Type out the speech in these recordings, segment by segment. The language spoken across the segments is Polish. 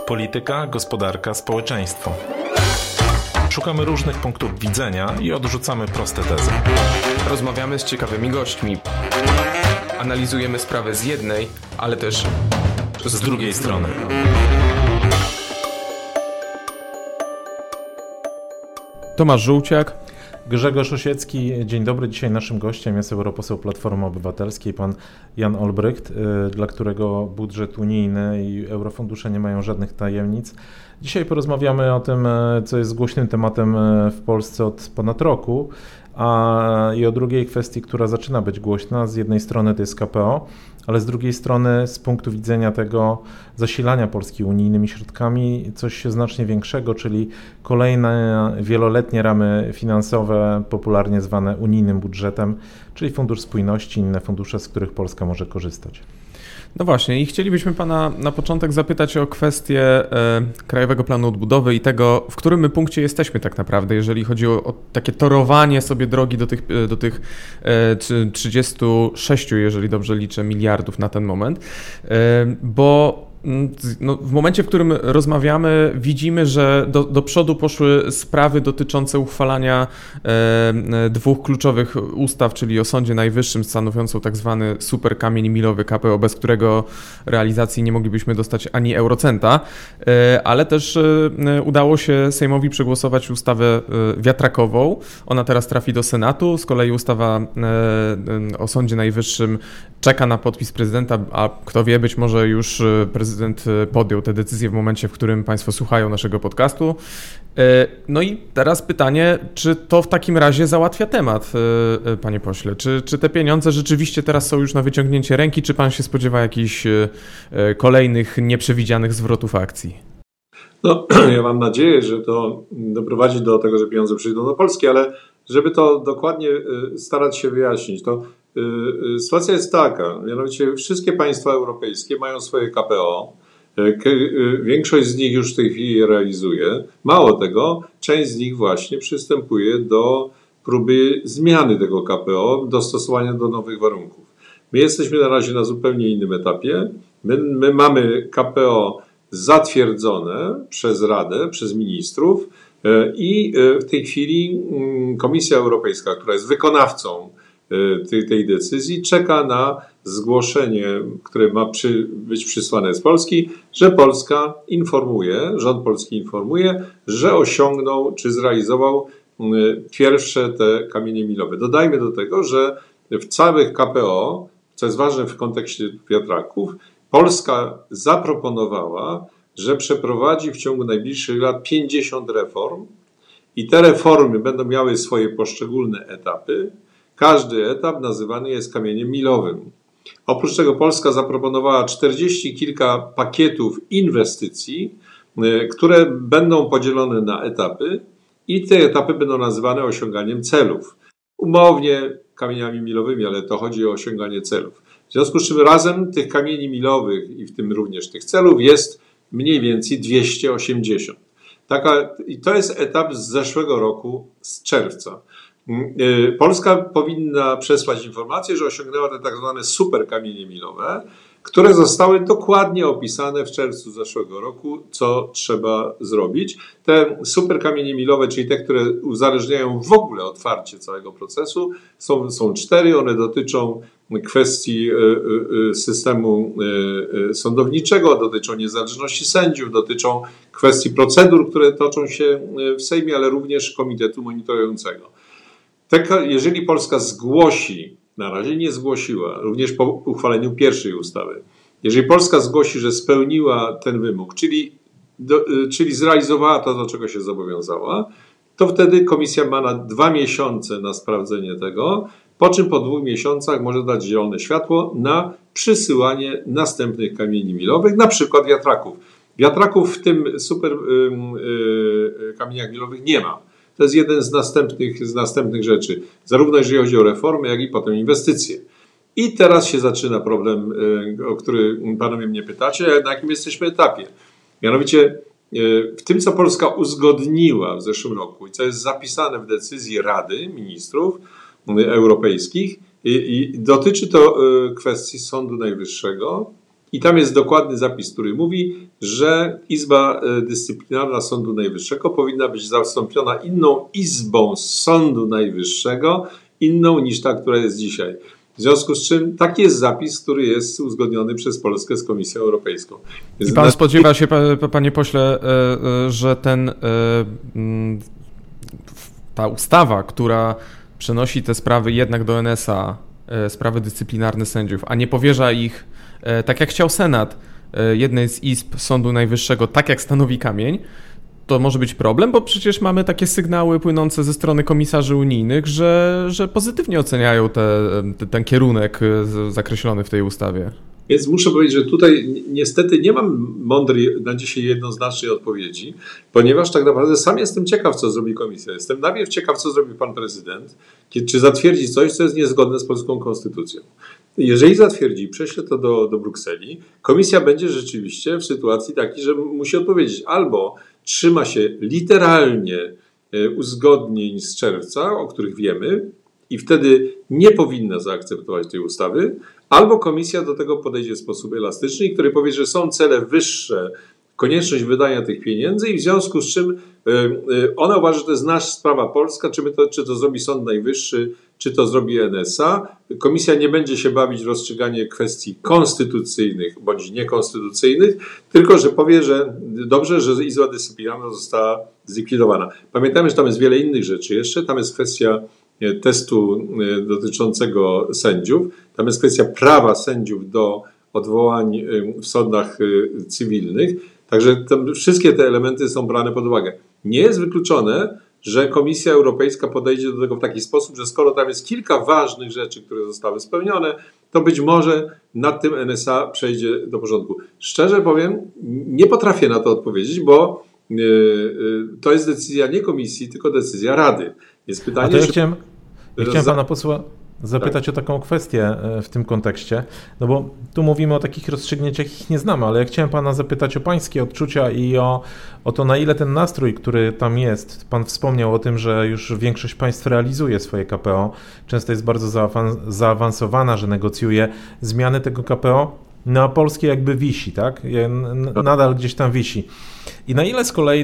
Polityka, gospodarka, społeczeństwo. Szukamy różnych punktów widzenia i odrzucamy proste tezy. Rozmawiamy z ciekawymi gośćmi. Analizujemy sprawę z jednej, ale też z drugiej strony. Tomasz Żółciak. Grzegorz Osiecki, dzień dobry. Dzisiaj naszym gościem jest europoseł Platformy Obywatelskiej, pan Jan Olbrycht, dla którego budżet unijny i eurofundusze nie mają żadnych tajemnic. Dzisiaj porozmawiamy o tym, co jest głośnym tematem w Polsce od ponad roku, i o drugiej kwestii, która zaczyna być głośna. Z jednej strony to jest KPO, ale z drugiej strony z punktu widzenia tego zasilania Polski unijnymi środkami coś znacznie większego, czyli kolejne wieloletnie ramy finansowe, popularnie zwane unijnym budżetem, czyli Fundusz Spójności, inne fundusze, z których Polska może korzystać. No właśnie i chcielibyśmy pana na początek zapytać o kwestię Krajowego Planu Odbudowy i tego, w którym my punkcie jesteśmy tak naprawdę, jeżeli chodzi o takie torowanie sobie drogi do tych 36, jeżeli dobrze liczę, miliardów na ten moment, bo w momencie, w którym rozmawiamy, widzimy, że do przodu poszły sprawy dotyczące uchwalania dwóch kluczowych ustaw, czyli o Sądzie Najwyższym, stanowiącą tak zwany super kamień milowy KPO, bez którego realizacji nie moglibyśmy dostać ani eurocenta, ale też udało się Sejmowi przegłosować ustawę wiatrakową. Ona teraz trafi do Senatu, z kolei ustawa o Sądzie Najwyższym czeka na podpis prezydenta, a kto wie, być może już prezydent podjął tę decyzję w momencie, w którym Państwo słuchają naszego podcastu. No i teraz pytanie, czy to w takim razie załatwia temat, panie pośle? Czy te pieniądze rzeczywiście teraz są już na wyciągnięcie ręki, czy pan się spodziewa jakichś kolejnych nieprzewidzianych zwrotów akcji? No, ja mam nadzieję, że to doprowadzi do tego, że pieniądze przyjdą do Polski, ale żeby to dokładnie starać się wyjaśnić, to sytuacja jest taka, mianowicie wszystkie państwa europejskie mają swoje KPO, większość z nich już w tej chwili je realizuje. Mało tego, część z nich właśnie przystępuje do próby zmiany tego KPO, dostosowania do nowych warunków. My jesteśmy na razie na zupełnie innym etapie. My mamy KPO zatwierdzone przez Radę, przez ministrów i w tej chwili Komisja Europejska, która jest wykonawcą tej decyzji, czeka na zgłoszenie, które ma być przysłane z Polski, że Polska informuje, rząd polski informuje, że osiągnął czy zrealizował pierwsze te kamienie milowe. Dodajmy do tego, że w całych KPO, co jest ważne w kontekście wiatraków, Polska zaproponowała, że przeprowadzi w ciągu najbliższych lat 50 reform i te reformy będą miały swoje poszczególne etapy. Każdy etap nazywany jest kamieniem milowym. Oprócz tego Polska zaproponowała 40 kilka pakietów inwestycji, które będą podzielone na etapy i te etapy będą nazywane osiąganiem celów. Umownie kamieniami milowymi, ale to chodzi o osiąganie celów. W związku z czym razem tych kamieni milowych i w tym również tych celów jest mniej więcej 280. I to jest etap z zeszłego roku, z czerwca. Polska powinna przesłać informację, że osiągnęła te tak zwane super kamienie milowe, które zostały dokładnie opisane w czerwcu zeszłego roku, co trzeba zrobić. Te super kamienie milowe, czyli te, które uzależniają w ogóle otwarcie całego procesu, są 4. One dotyczą kwestii systemu sądowniczego, dotyczą niezależności sędziów, dotyczą kwestii procedur, które toczą się w Sejmie, ale również komitetu monitorującego. Jeżeli Polska zgłosi, na razie nie zgłosiła, również po uchwaleniu pierwszej ustawy, jeżeli Polska zgłosi, że spełniła ten wymóg, czyli zrealizowała to, do czego się zobowiązała, to wtedy komisja ma na 2 miesiące na sprawdzenie tego, po czym po 2 miesiącach może dać zielone światło na przysyłanie następnych kamieni milowych, na przykład wiatraków. Wiatraków w tym super kamieniach milowych nie ma. To jest jeden z następnych rzeczy, zarówno jeżeli chodzi o reformy, jak i potem inwestycje. I teraz się zaczyna problem, o który panowie mnie pytacie, na jakim jesteśmy etapie. Mianowicie w tym, co Polska uzgodniła w zeszłym roku i co jest zapisane w decyzji Rady Ministrów Europejskich, i dotyczy to kwestii Sądu Najwyższego I tam jest dokładny zapis, który mówi, że Izba Dyscyplinarna Sądu Najwyższego powinna być zastąpiona inną izbą Sądu Najwyższego, inną niż ta, która jest dzisiaj. W związku z czym taki jest zapis, który jest uzgodniony przez Polskę z Komisją Europejską. I pan spodziewa się, panie pośle, że ta ustawa, która przenosi te sprawy jednak do NSA, sprawy dyscyplinarne sędziów, a nie powierza ich, tak jak chciał Senat, jednej z izb Sądu Najwyższego, tak jak stanowi kamień, to może być problem, bo przecież mamy takie sygnały płynące ze strony komisarzy unijnych, że pozytywnie oceniają ten kierunek zakreślony w tej ustawie. Więc muszę powiedzieć, że tutaj niestety nie mam mądrej na dzisiaj jednoznacznej odpowiedzi, ponieważ tak naprawdę sam jestem ciekaw, co zrobi komisja. Jestem najpierw ciekaw, co zrobi pan prezydent, czy zatwierdzi coś, co jest niezgodne z polską konstytucją. Jeżeli zatwierdzi, prześle to do Brukseli, komisja będzie rzeczywiście w sytuacji takiej, że musi odpowiedzieć albo trzyma się literalnie uzgodnień z czerwca, o których wiemy, i wtedy nie powinna zaakceptować tej ustawy, albo komisja do tego podejdzie w sposób elastyczny, który powie, że są cele wyższe, konieczność wydania tych pieniędzy i w związku z czym ona uważa, że to jest nasza sprawa polska, czy to zrobi Sąd Najwyższy, czy to zrobi NSA. Komisja nie będzie się bawić w rozstrzyganie kwestii konstytucyjnych bądź niekonstytucyjnych, tylko że powie, że dobrze, że Izba Dyscyplinarna została zlikwidowana. Pamiętajmy, że tam jest wiele innych rzeczy jeszcze. Tam jest kwestia testu dotyczącego sędziów. Tam jest kwestia prawa sędziów do odwołań w sądach cywilnych. Także wszystkie te elementy są brane pod uwagę. Nie jest wykluczone, że Komisja Europejska podejdzie do tego w taki sposób, że skoro tam jest kilka ważnych rzeczy, które zostały spełnione, to być może nad tym NSA przejdzie do porządku. Szczerze powiem, nie potrafię na to odpowiedzieć, bo to jest decyzja nie Komisji, tylko decyzja Rady. Jest pytanie, a to chciałem pana posła zapytać o taką kwestię w tym kontekście, no bo tu mówimy o takich rozstrzygnięciach, ich nie znamy, ale ja chciałem pana zapytać o pańskie odczucia i o to, na ile ten nastrój, który tam jest, pan wspomniał o tym, że już większość państw realizuje swoje KPO, często jest bardzo zaawansowana, że negocjuje zmiany tego KPO, no a polskie jakby wisi, tak? Nadal gdzieś tam wisi. I na ile z kolei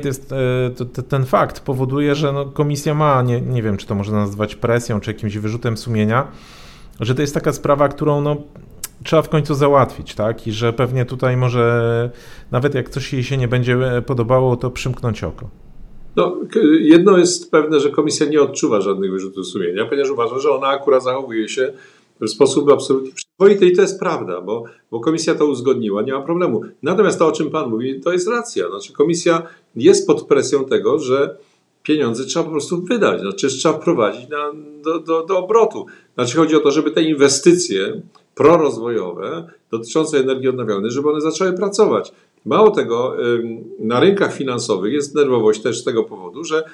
ten fakt powoduje, że komisja ma, nie wiem, czy to można nazwać presją, czy jakimś wyrzutem sumienia, że to jest taka sprawa, którą trzeba w końcu załatwić, tak? I że pewnie tutaj może, nawet jak coś jej się nie będzie podobało, to przymknąć oko. No, jedno jest pewne, że komisja nie odczuwa żadnych wyrzutów sumienia, ponieważ uważa, że ona akurat zachowuje się w sposób absolutnie przyzwoity i to jest prawda, bo komisja to uzgodniła, nie ma problemu. Natomiast to, o czym pan mówi, to jest racja. Znaczy komisja jest pod presją tego, że pieniądze trzeba po prostu wydać, znaczy trzeba wprowadzić do obrotu. Znaczy chodzi o to, żeby te inwestycje prorozwojowe dotyczące energii odnawialnej, żeby one zaczęły pracować. Mało tego, na rynkach finansowych jest nerwowość też z tego powodu, że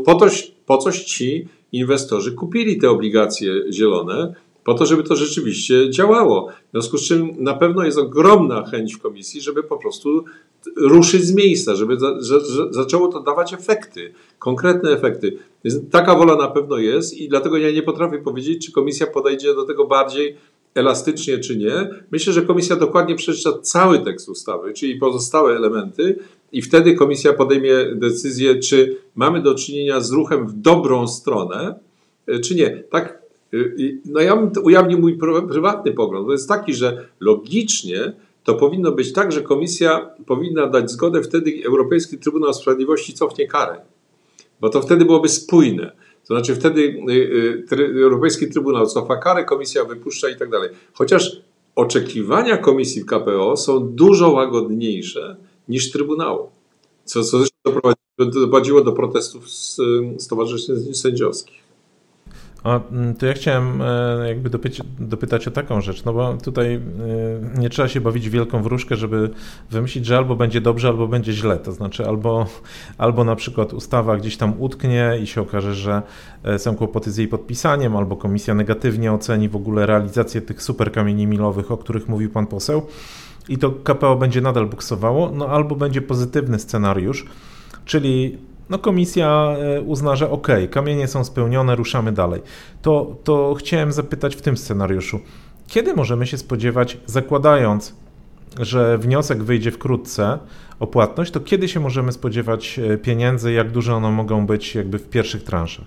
po coś ci inwestorzy kupili te obligacje zielone, po to, żeby to rzeczywiście działało. W związku z czym na pewno jest ogromna chęć w komisji, żeby po prostu ruszyć z miejsca, żeby zaczęło to dawać efekty, konkretne efekty. Więc taka wola na pewno jest i dlatego ja nie potrafię powiedzieć, czy komisja podejdzie do tego bardziej elastycznie, czy nie. Myślę, że komisja dokładnie przeczyta cały tekst ustawy, czyli pozostałe elementy i wtedy komisja podejmie decyzję, czy mamy do czynienia z ruchem w dobrą stronę, czy nie. Tak. No ja bym ujawnił mój prywatny pogląd. To jest taki, że logicznie to powinno być tak, że komisja powinna dać zgodę, wtedy Europejski Trybunał Sprawiedliwości cofnie karę. Bo to wtedy byłoby spójne. To znaczy wtedy Europejski Trybunał cofa karę, komisja wypuszcza i tak dalej. Chociaż oczekiwania komisji w KPO są dużo łagodniejsze niż Trybunału. Co zresztą doprowadziło do protestów z stowarzyszeń sędziowskich. A to ja chciałem jakby dopytać o taką rzecz, no bo tutaj nie trzeba się bawić w wielką wróżkę, żeby wymyślić, że albo będzie dobrze, albo będzie źle. To znaczy albo na przykład ustawa gdzieś tam utknie i się okaże, że są kłopoty z jej podpisaniem, albo komisja negatywnie oceni w ogóle realizację tych super kamieni milowych, o których mówił pan poseł i to KPO będzie nadal buksowało, no albo będzie pozytywny scenariusz, czyli komisja uzna, że kamienie są spełnione, ruszamy dalej. To chciałem zapytać w tym scenariuszu, kiedy możemy się spodziewać, zakładając, że wniosek wyjdzie wkrótce o płatność, to kiedy się możemy spodziewać pieniędzy, jak duże one mogą być jakby w pierwszych transzach?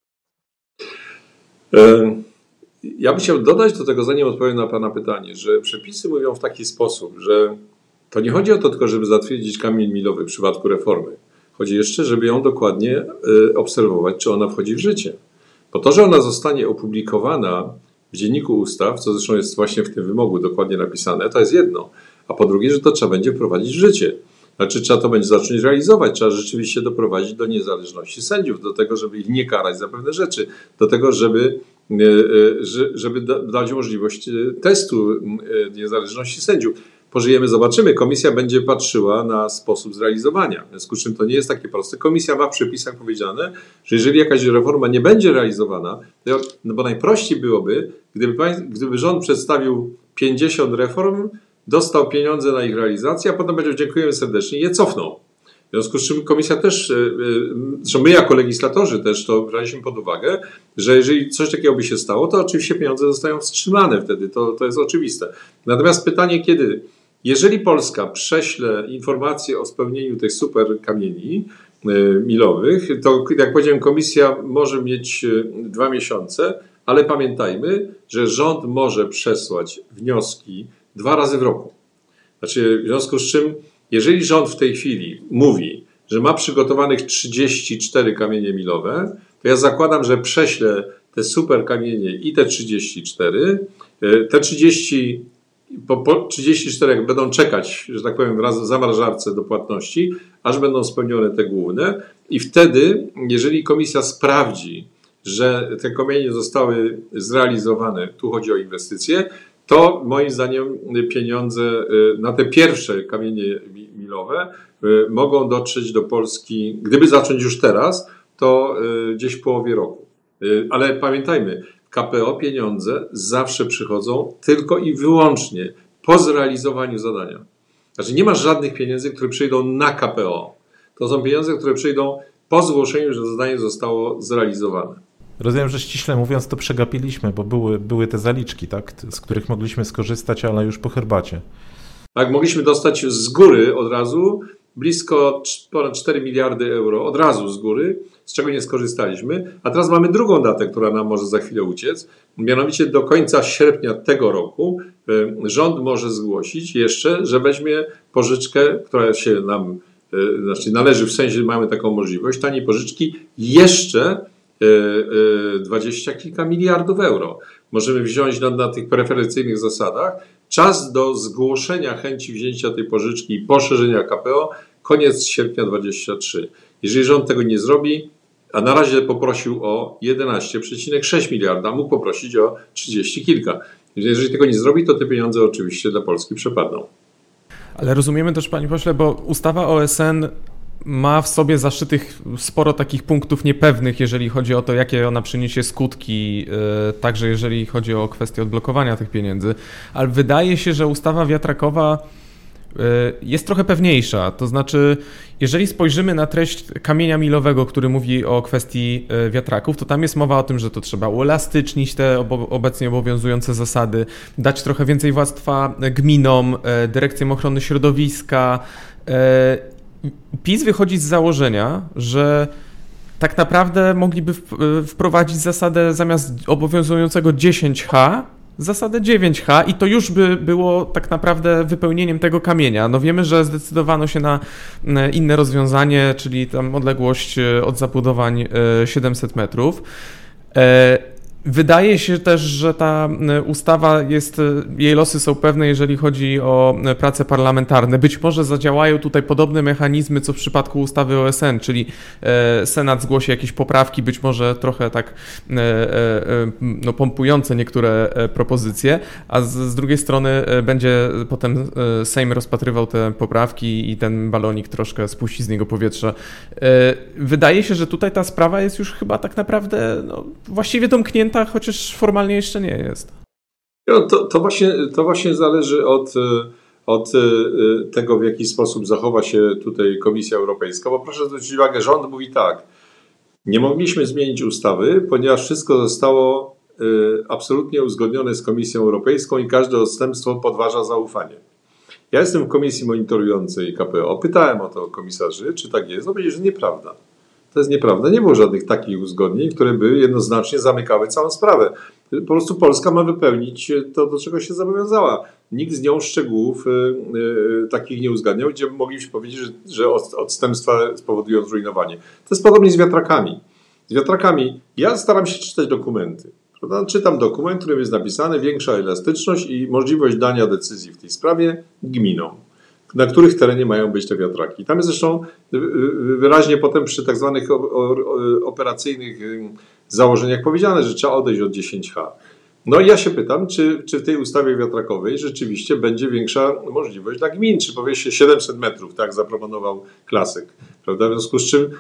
Ja bym chciał dodać do tego, zanim odpowiem na Pana pytanie, że przepisy mówią w taki sposób, że to nie chodzi o to tylko, żeby zatwierdzić kamień milowy w przypadku reformy. Chodzi jeszcze, żeby ją dokładnie obserwować, czy ona wchodzi w życie. Bo to, że ona zostanie opublikowana w Dzienniku Ustaw, co zresztą jest właśnie w tym wymogu dokładnie napisane, to jest jedno. A po drugie, że to trzeba będzie wprowadzić w życie. Znaczy trzeba to będzie zacząć realizować, trzeba rzeczywiście doprowadzić do niezależności sędziów, do tego, żeby ich nie karać za pewne rzeczy, do tego, żeby dać możliwość testu niezależności sędziów. Pożyjemy, zobaczymy. Komisja będzie patrzyła na sposób zrealizowania. W związku z czym to nie jest takie proste. Komisja ma w przepisach powiedziane, że jeżeli jakaś reforma nie będzie realizowana, to, no bo najprościej byłoby, gdyby rząd przedstawił 50 reform, dostał pieniądze na ich realizację, a potem powiedział dziękujemy serdecznie i je cofnął. W związku z czym komisja też, zresztą my jako legislatorzy też to braliśmy pod uwagę, że jeżeli coś takiego by się stało, to oczywiście pieniądze zostają wstrzymane wtedy, to jest oczywiste. Natomiast pytanie kiedy? Jeżeli Polska prześle informacje o spełnieniu tych super kamieni milowych, to jak powiedziałem, komisja może mieć 2 miesiące, ale pamiętajmy, że rząd może przesłać wnioski 2 razy w roku. Znaczy, w związku z czym, jeżeli rząd w tej chwili mówi, że ma przygotowanych 34 kamienie milowe, to ja zakładam, że prześlę te super kamienie i te 34. Te 34 będą czekać, że tak powiem, w zamrażarce do płatności, aż będą spełnione te główne. I wtedy, jeżeli komisja sprawdzi, że te kamienie zostały zrealizowane, tu chodzi o inwestycje, to moim zdaniem pieniądze na te pierwsze kamienie milowe mogą dotrzeć do Polski, gdyby zacząć już teraz, to gdzieś w połowie roku. Ale pamiętajmy, KPO pieniądze zawsze przychodzą tylko i wyłącznie po zrealizowaniu zadania. Znaczy nie ma żadnych pieniędzy, które przyjdą na KPO. To są pieniądze, które przyjdą po zgłoszeniu, że zadanie zostało zrealizowane. Rozumiem, że ściśle mówiąc to przegapiliśmy, bo były te zaliczki, tak, z których mogliśmy skorzystać, ale już po herbacie. Tak, mogliśmy dostać z góry od razu blisko ponad 4 miliardy euro, od razu z góry, z czego nie skorzystaliśmy. A teraz mamy drugą datę, która nam może za chwilę uciec. Mianowicie do końca sierpnia tego roku rząd może zgłosić jeszcze, że weźmie pożyczkę, która się nam należy, w sensie mamy taką możliwość, taniej pożyczki, jeszcze 20 kilka miliardów euro. Możemy wziąć na tych preferencyjnych zasadach. Czas do zgłoszenia chęci wzięcia tej pożyczki i poszerzenia KPO koniec sierpnia 2023. Jeżeli rząd tego nie zrobi, a na razie poprosił o 11,6 miliarda, mógł poprosić o 30 kilka. Jeżeli tego nie zrobi, to te pieniądze oczywiście dla Polski przepadną. Ale rozumiemy też, panie pośle, bo ustawa o OSN ma w sobie zaszytych sporo takich punktów niepewnych, jeżeli chodzi o to, jakie ona przyniesie skutki, także jeżeli chodzi o kwestię odblokowania tych pieniędzy. Ale wydaje się, że ustawa wiatrakowa jest trochę pewniejsza. To znaczy, jeżeli spojrzymy na treść kamienia milowego, który mówi o kwestii wiatraków, to tam jest mowa o tym, że to trzeba uelastycznić te obecnie obowiązujące zasady, dać trochę więcej władztwa gminom, dyrekcjom ochrony środowiska. PiS wychodzi z założenia, że tak naprawdę mogliby wprowadzić zasadę zamiast obowiązującego 10H, zasadę 9H i to już by było tak naprawdę wypełnieniem tego kamienia. No wiemy, że zdecydowano się na inne rozwiązanie, czyli tam odległość od zabudowań 700 metrów. Wydaje się też, że ta ustawa jej losy są pewne, jeżeli chodzi o prace parlamentarne. Być może zadziałają tutaj podobne mechanizmy, co w przypadku ustawy OSN, czyli Senat zgłosi jakieś poprawki, być może trochę tak pompujące niektóre propozycje, a z drugiej strony będzie potem Sejm rozpatrywał te poprawki i ten balonik troszkę spuści z niego powietrze. Wydaje się, że tutaj ta sprawa jest już chyba tak naprawdę właściwie domknięta, chociaż formalnie jeszcze nie jest. No, to właśnie zależy od tego, w jaki sposób zachowa się tutaj Komisja Europejska, bo proszę zwrócić uwagę, rząd mówi tak, nie mogliśmy zmienić ustawy, ponieważ wszystko zostało absolutnie uzgodnione z Komisją Europejską i każde odstępstwo podważa zaufanie. Ja jestem w komisji monitorującej KPO, pytałem o to komisarzy, czy tak jest, no powiedzieli, że nieprawda. To jest nieprawda, nie było żadnych takich uzgodnień, które by jednoznacznie zamykały całą sprawę. Po prostu Polska ma wypełnić to, do czego się zobowiązała. Nikt z nią szczegółów takich nie uzgadniał, gdzie moglibyśmy powiedzieć, że odstępstwa spowodują zrujnowanie. To jest podobnie z wiatrakami. Z wiatrakami ja staram się czytać dokumenty. Prawda? Czytam dokument, w którym jest napisane większa elastyczność i możliwość dania decyzji w tej sprawie gminom, na których terenie mają być te wiatraki. Tam jest zresztą wyraźnie potem przy tak zwanych operacyjnych założeniach powiedziane, że trzeba odejść od 10H. No i ja się pytam, czy w tej ustawie wiatrakowej rzeczywiście będzie większa możliwość dla gmin, czy powie się 700 metrów, tak zaproponował klasyk. Prawda? W związku z czym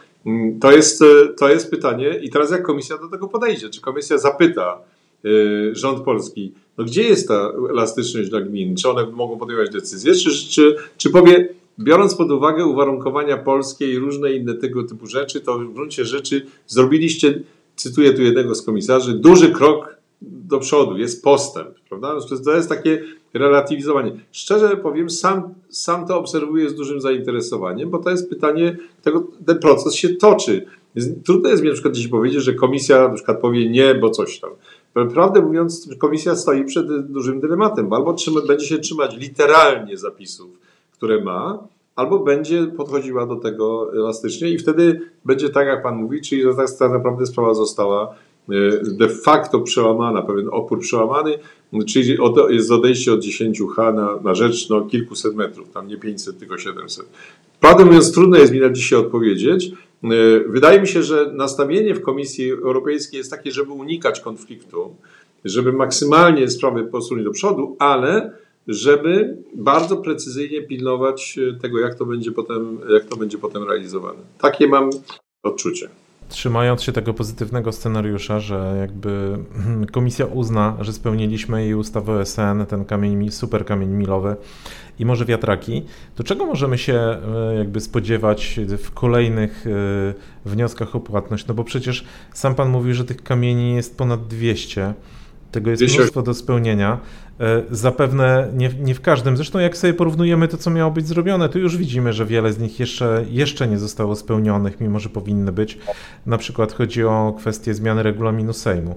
to jest pytanie i teraz jak komisja do tego podejdzie? Czy komisja zapyta rząd polski, no gdzie jest ta elastyczność dla gmin? Czy one mogą podejmować decyzje? Czy powie, biorąc pod uwagę uwarunkowania polskie i różne inne tego typu rzeczy, to w gruncie rzeczy zrobiliście, cytuję tu jednego z komisarzy, duży krok do przodu, jest postęp, prawda? To jest takie relatywizowanie. Szczerze powiem, sam to obserwuję z dużym zainteresowaniem, bo to jest pytanie, ten proces się toczy. Trudno jest mi na przykład dziś powiedzieć, że komisja na przykład powie nie, bo coś tam. Prawdę mówiąc, komisja stoi przed dużym dylematem, bo albo będzie się trzymać literalnie zapisów, które ma, albo będzie podchodziła do tego elastycznie i wtedy będzie tak, jak pan mówi, czyli że tak naprawdę sprawa została de facto przełamana, pewien opór przełamany, czyli jest odejście od 10H na rzecz kilkuset metrów, tam nie 500, tylko 700. Prawdę mówiąc, trudno jest mi na dzisiaj odpowiedzieć. Wydaje mi się, że nastawienie w Komisji Europejskiej jest takie, żeby unikać konfliktu, żeby maksymalnie sprawy posunąć do przodu, ale żeby bardzo precyzyjnie pilnować tego, jak to będzie potem realizowane. Takie mam odczucie. Trzymając się tego pozytywnego scenariusza, że jakby komisja uzna, że spełniliśmy jej ustawę o SN, ten super kamień milowy i może wiatraki, to czego możemy się jakby spodziewać w kolejnych wnioskach o płatność? No bo przecież sam pan mówił, że tych kamieni jest ponad 200. Tego jest mnóstwo do spełnienia. Zapewne nie w każdym. Zresztą jak sobie porównujemy to, co miało być zrobione, to już widzimy, że wiele z nich jeszcze nie zostało spełnionych, mimo że powinny być. Na przykład chodzi o kwestię zmiany regulaminu Sejmu.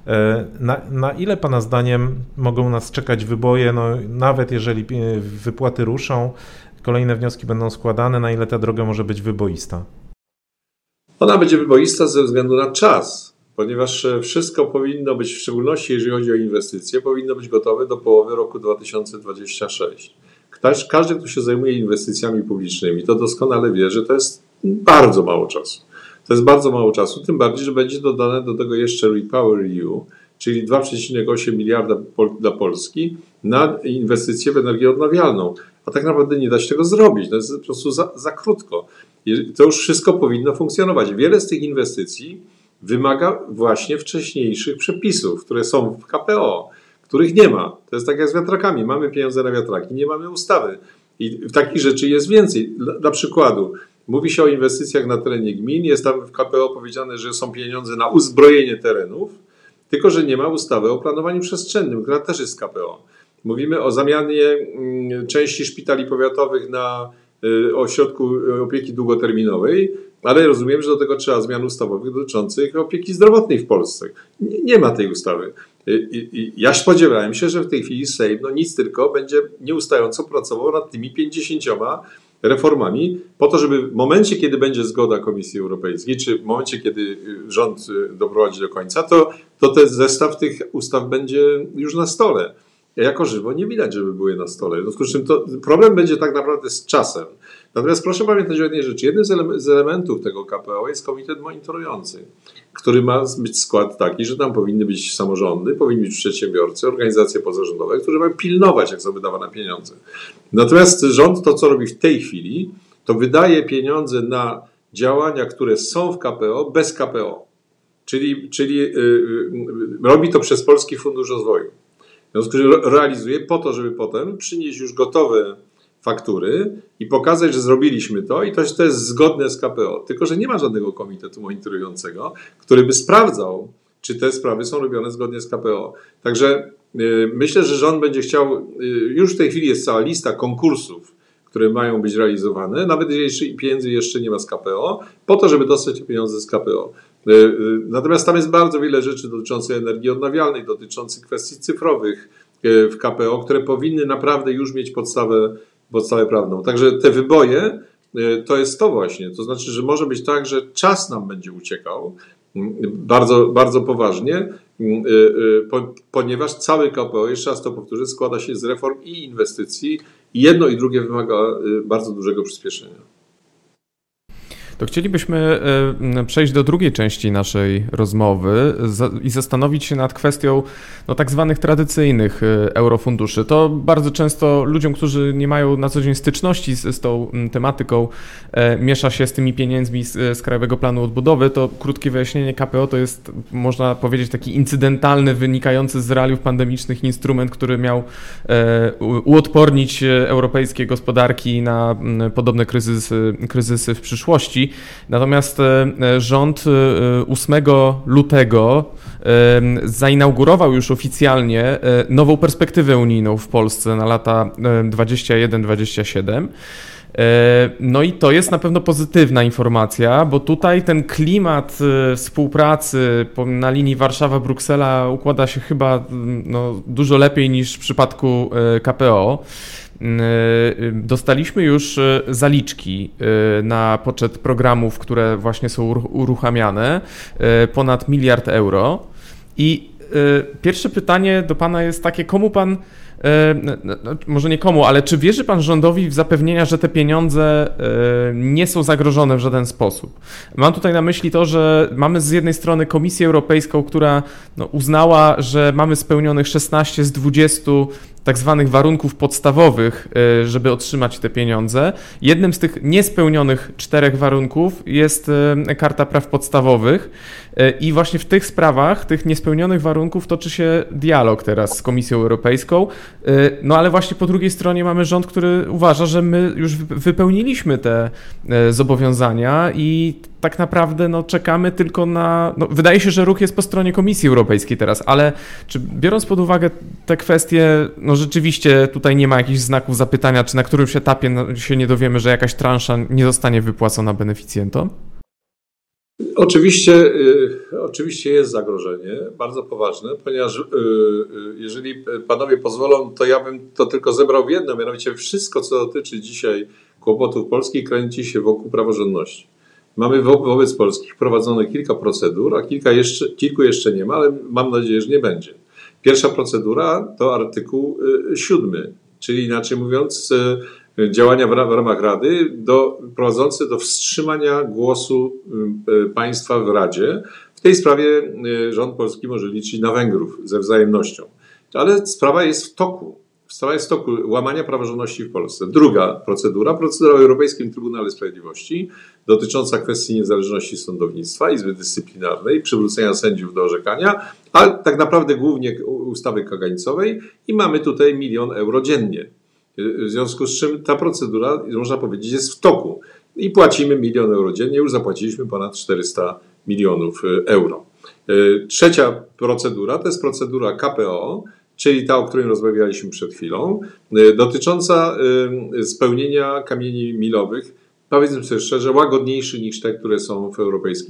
Na ile pana zdaniem mogą nas czekać wyboje, no, nawet jeżeli wypłaty ruszą, kolejne wnioski będą składane, na ile ta droga może być wyboista? Ona będzie wyboista ze względu na czas. Ponieważ wszystko powinno być, w szczególności jeżeli chodzi o inwestycje, powinno być gotowe do połowy roku 2026. Każdy, kto się zajmuje inwestycjami publicznymi, to doskonale wie, że to jest bardzo mało czasu. To jest bardzo mało czasu, tym bardziej, że będzie dodane do tego jeszcze REPowerEU, czyli 2,8 miliarda dla Polski na inwestycje w energię odnawialną. A tak naprawdę nie da się tego zrobić. To jest po prostu za krótko. To już wszystko powinno funkcjonować. Wiele z tych inwestycji wymaga właśnie wcześniejszych przepisów, które są w KPO, których nie ma. To jest tak jak z wiatrakami. Mamy pieniądze na wiatraki, nie mamy ustawy. I takich rzeczy jest więcej. Dla przykładu, mówi się o inwestycjach na terenie gmin, jest tam w KPO powiedziane, że są pieniądze na uzbrojenie terenów, tylko że nie ma ustawy o planowaniu przestrzennym, która też jest z KPO. Mówimy o zamianie części szpitali powiatowych na ośrodku opieki długoterminowej, ale rozumiem, że do tego trzeba zmian ustawowych dotyczących opieki zdrowotnej w Polsce. Nie ma tej ustawy. Ja spodziewałem się, że w tej chwili Sejm nic tylko będzie nieustająco pracował nad tymi 50 reformami po to, żeby w momencie, kiedy będzie zgoda Komisji Europejskiej, czy w momencie, kiedy rząd doprowadzi do końca, to ten zestaw tych ustaw będzie już na stole. Jako żywo nie widać, żeby były na stole. W związku z czym problem będzie tak naprawdę z czasem. Natomiast proszę pamiętać o jednej rzeczy. Jednym z elementów tego KPO jest komitet monitorujący, który ma być skład taki, że tam powinny być samorządy, powinni być przedsiębiorcy, organizacje pozarządowe, które mają pilnować, jak są wydawane pieniądze. Natomiast rząd to, co robi w tej chwili, to wydaje pieniądze na działania, które są w KPO, bez KPO. Czyli robi to przez Polski Fundusz Rozwoju. W związku z czym realizuje po to, żeby potem przynieść już gotowe faktury i pokazać, że zrobiliśmy to i to jest zgodne z KPO. Tylko że nie ma żadnego komitetu monitorującego, który by sprawdzał, czy te sprawy są robione zgodnie z KPO. Także myślę, że rząd będzie chciał, już w tej chwili jest cała lista konkursów, które mają być realizowane, nawet jeśli pieniędzy jeszcze nie ma z KPO, po to, żeby dostać te pieniądze z KPO. Natomiast tam jest bardzo wiele rzeczy dotyczących energii odnawialnej, dotyczących kwestii cyfrowych w KPO, które powinny naprawdę już mieć podstawę prawną. Także te wyboje to jest to właśnie. To znaczy, że może być tak, że czas nam będzie uciekał bardzo, bardzo poważnie, ponieważ cały KPO, jeszcze raz to powtórzę, składa się z reform i inwestycji i jedno i drugie wymaga bardzo dużego przyspieszenia. To chcielibyśmy przejść do drugiej części naszej rozmowy i zastanowić się nad kwestią tak zwanych tradycyjnych eurofunduszy. To bardzo często ludziom, którzy nie mają na co dzień styczności z tą tematyką, miesza się z tymi pieniędzmi z Krajowego Planu Odbudowy. To krótkie wyjaśnienie, KPO to jest, można powiedzieć, taki incydentalny, wynikający z realiów pandemicznych instrument, który miał uodpornić europejskie gospodarki na podobne kryzysy w przyszłości. Natomiast rząd 8 lutego zainaugurował już oficjalnie nową perspektywę unijną w Polsce na lata 21-27. No i to jest na pewno pozytywna informacja, bo tutaj ten klimat współpracy na linii Warszawa-Bruksela układa się chyba dużo lepiej niż w przypadku KPO. Dostaliśmy już zaliczki na poczet programów, które właśnie są uruchamiane, ponad 1 miliard euro. I pierwsze pytanie do pana jest takie, komu pan, może nie komu, ale czy wierzy pan rządowi w zapewnienia, że te pieniądze nie są zagrożone w żaden sposób? Mam tutaj na myśli to, że mamy z jednej strony Komisję Europejską, która uznała, że mamy spełnionych 16 z 20 tak zwanych warunków podstawowych, żeby otrzymać te pieniądze. Jednym z tych niespełnionych 4 warunków jest Karta Praw Podstawowych i właśnie w tych sprawach, tych niespełnionych warunków toczy się dialog teraz z Komisją Europejską, ale właśnie po drugiej stronie mamy rząd, który uważa, że my już wypełniliśmy te zobowiązania i tak naprawdę czekamy tylko na... wydaje się, że ruch jest po stronie Komisji Europejskiej teraz, ale czy biorąc pod uwagę te kwestie, rzeczywiście tutaj nie ma jakichś znaków zapytania, czy na którymś etapie się nie dowiemy, że jakaś transza nie zostanie wypłacona beneficjentom? Oczywiście jest zagrożenie, bardzo poważne, ponieważ jeżeli panowie pozwolą, to ja bym to tylko zebrał w jedno, mianowicie wszystko, co dotyczy dzisiaj kłopotów Polski, kręci się wokół praworządności. Mamy wobec Polski wprowadzone kilka procedur, a kilku jeszcze nie ma, ale mam nadzieję, że nie będzie. Pierwsza procedura to artykuł 7, czyli inaczej mówiąc działania w ramach Rady prowadzące do wstrzymania głosu państwa w Radzie. W tej sprawie rząd polski może liczyć na Węgrów ze wzajemnością. Ale sprawa jest w toku. Łamania praworządności w Polsce. Druga procedura w Europejskim Trybunale Sprawiedliwości dotycząca kwestii niezależności sądownictwa, Izby Dyscyplinarnej, przywrócenia sędziów do orzekania, ale tak naprawdę głównie ustawy kagańcowej i mamy tutaj 1 milion euro dziennie. W związku z czym ta procedura, można powiedzieć, jest w toku i płacimy 1 milion euro dziennie, już zapłaciliśmy ponad 400 milionów euro. Trzecia procedura to jest procedura KPO, czyli ta, o której rozmawialiśmy przed chwilą, dotycząca spełnienia kamieni milowych, powiedzmy sobie szczerze, łagodniejszych niż te, które są w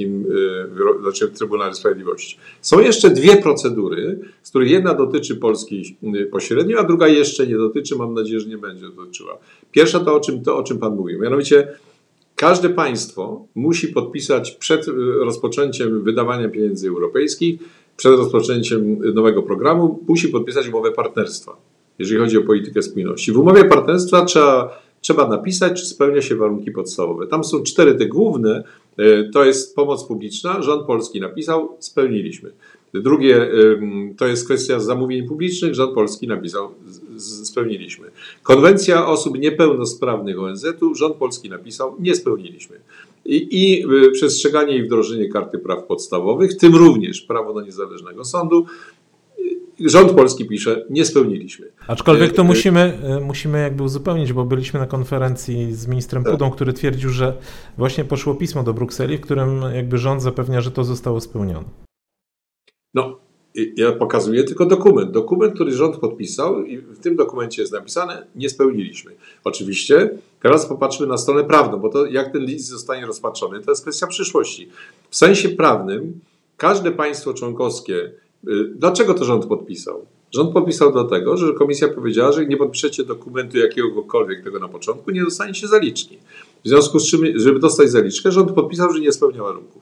w Trybunale Sprawiedliwości. Są jeszcze 2 procedury, z których jedna dotyczy Polski pośrednio, a druga jeszcze nie dotyczy, mam nadzieję, że nie będzie dotyczyła. Pierwsza to, o czym pan mówił, mianowicie każde państwo musi podpisać przed rozpoczęciem wydawania pieniędzy europejskich, przed rozpoczęciem nowego programu, musi podpisać umowę partnerstwa, jeżeli chodzi o politykę spójności. W umowie partnerstwa trzeba napisać, czy spełnia się warunki podstawowe. Tam są 4 te główne, to jest pomoc publiczna, rząd polski napisał, spełniliśmy. Drugie to jest kwestia zamówień publicznych, rząd polski napisał, spełniliśmy. Konwencja osób niepełnosprawnych ONZ-u, rząd polski napisał, nie spełniliśmy. I przestrzeganie i wdrożenie Karty Praw Podstawowych, w tym również prawo do niezależnego sądu, rząd polski pisze, nie spełniliśmy. Aczkolwiek to musimy jakby uzupełnić, bo byliśmy na konferencji z ministrem Pudą, który twierdził, że właśnie poszło pismo do Brukseli, w którym jakby rząd zapewnia, że to zostało spełnione. No, ja pokazuję tylko dokument. Dokument, który rząd podpisał i w tym dokumencie jest napisane, nie spełniliśmy. Oczywiście, teraz popatrzmy na stronę prawną, bo to jak ten list zostanie rozpatrzony, to jest kwestia przyszłości. W sensie prawnym każde państwo członkowskie, dlaczego to rząd podpisał? Rząd podpisał dlatego, że komisja powiedziała, że jak nie podpiszecie dokumentu jakiegokolwiek tego na początku, nie dostaniecie zaliczki. W związku z czym, żeby dostać zaliczkę, rząd podpisał, że nie spełnia warunków.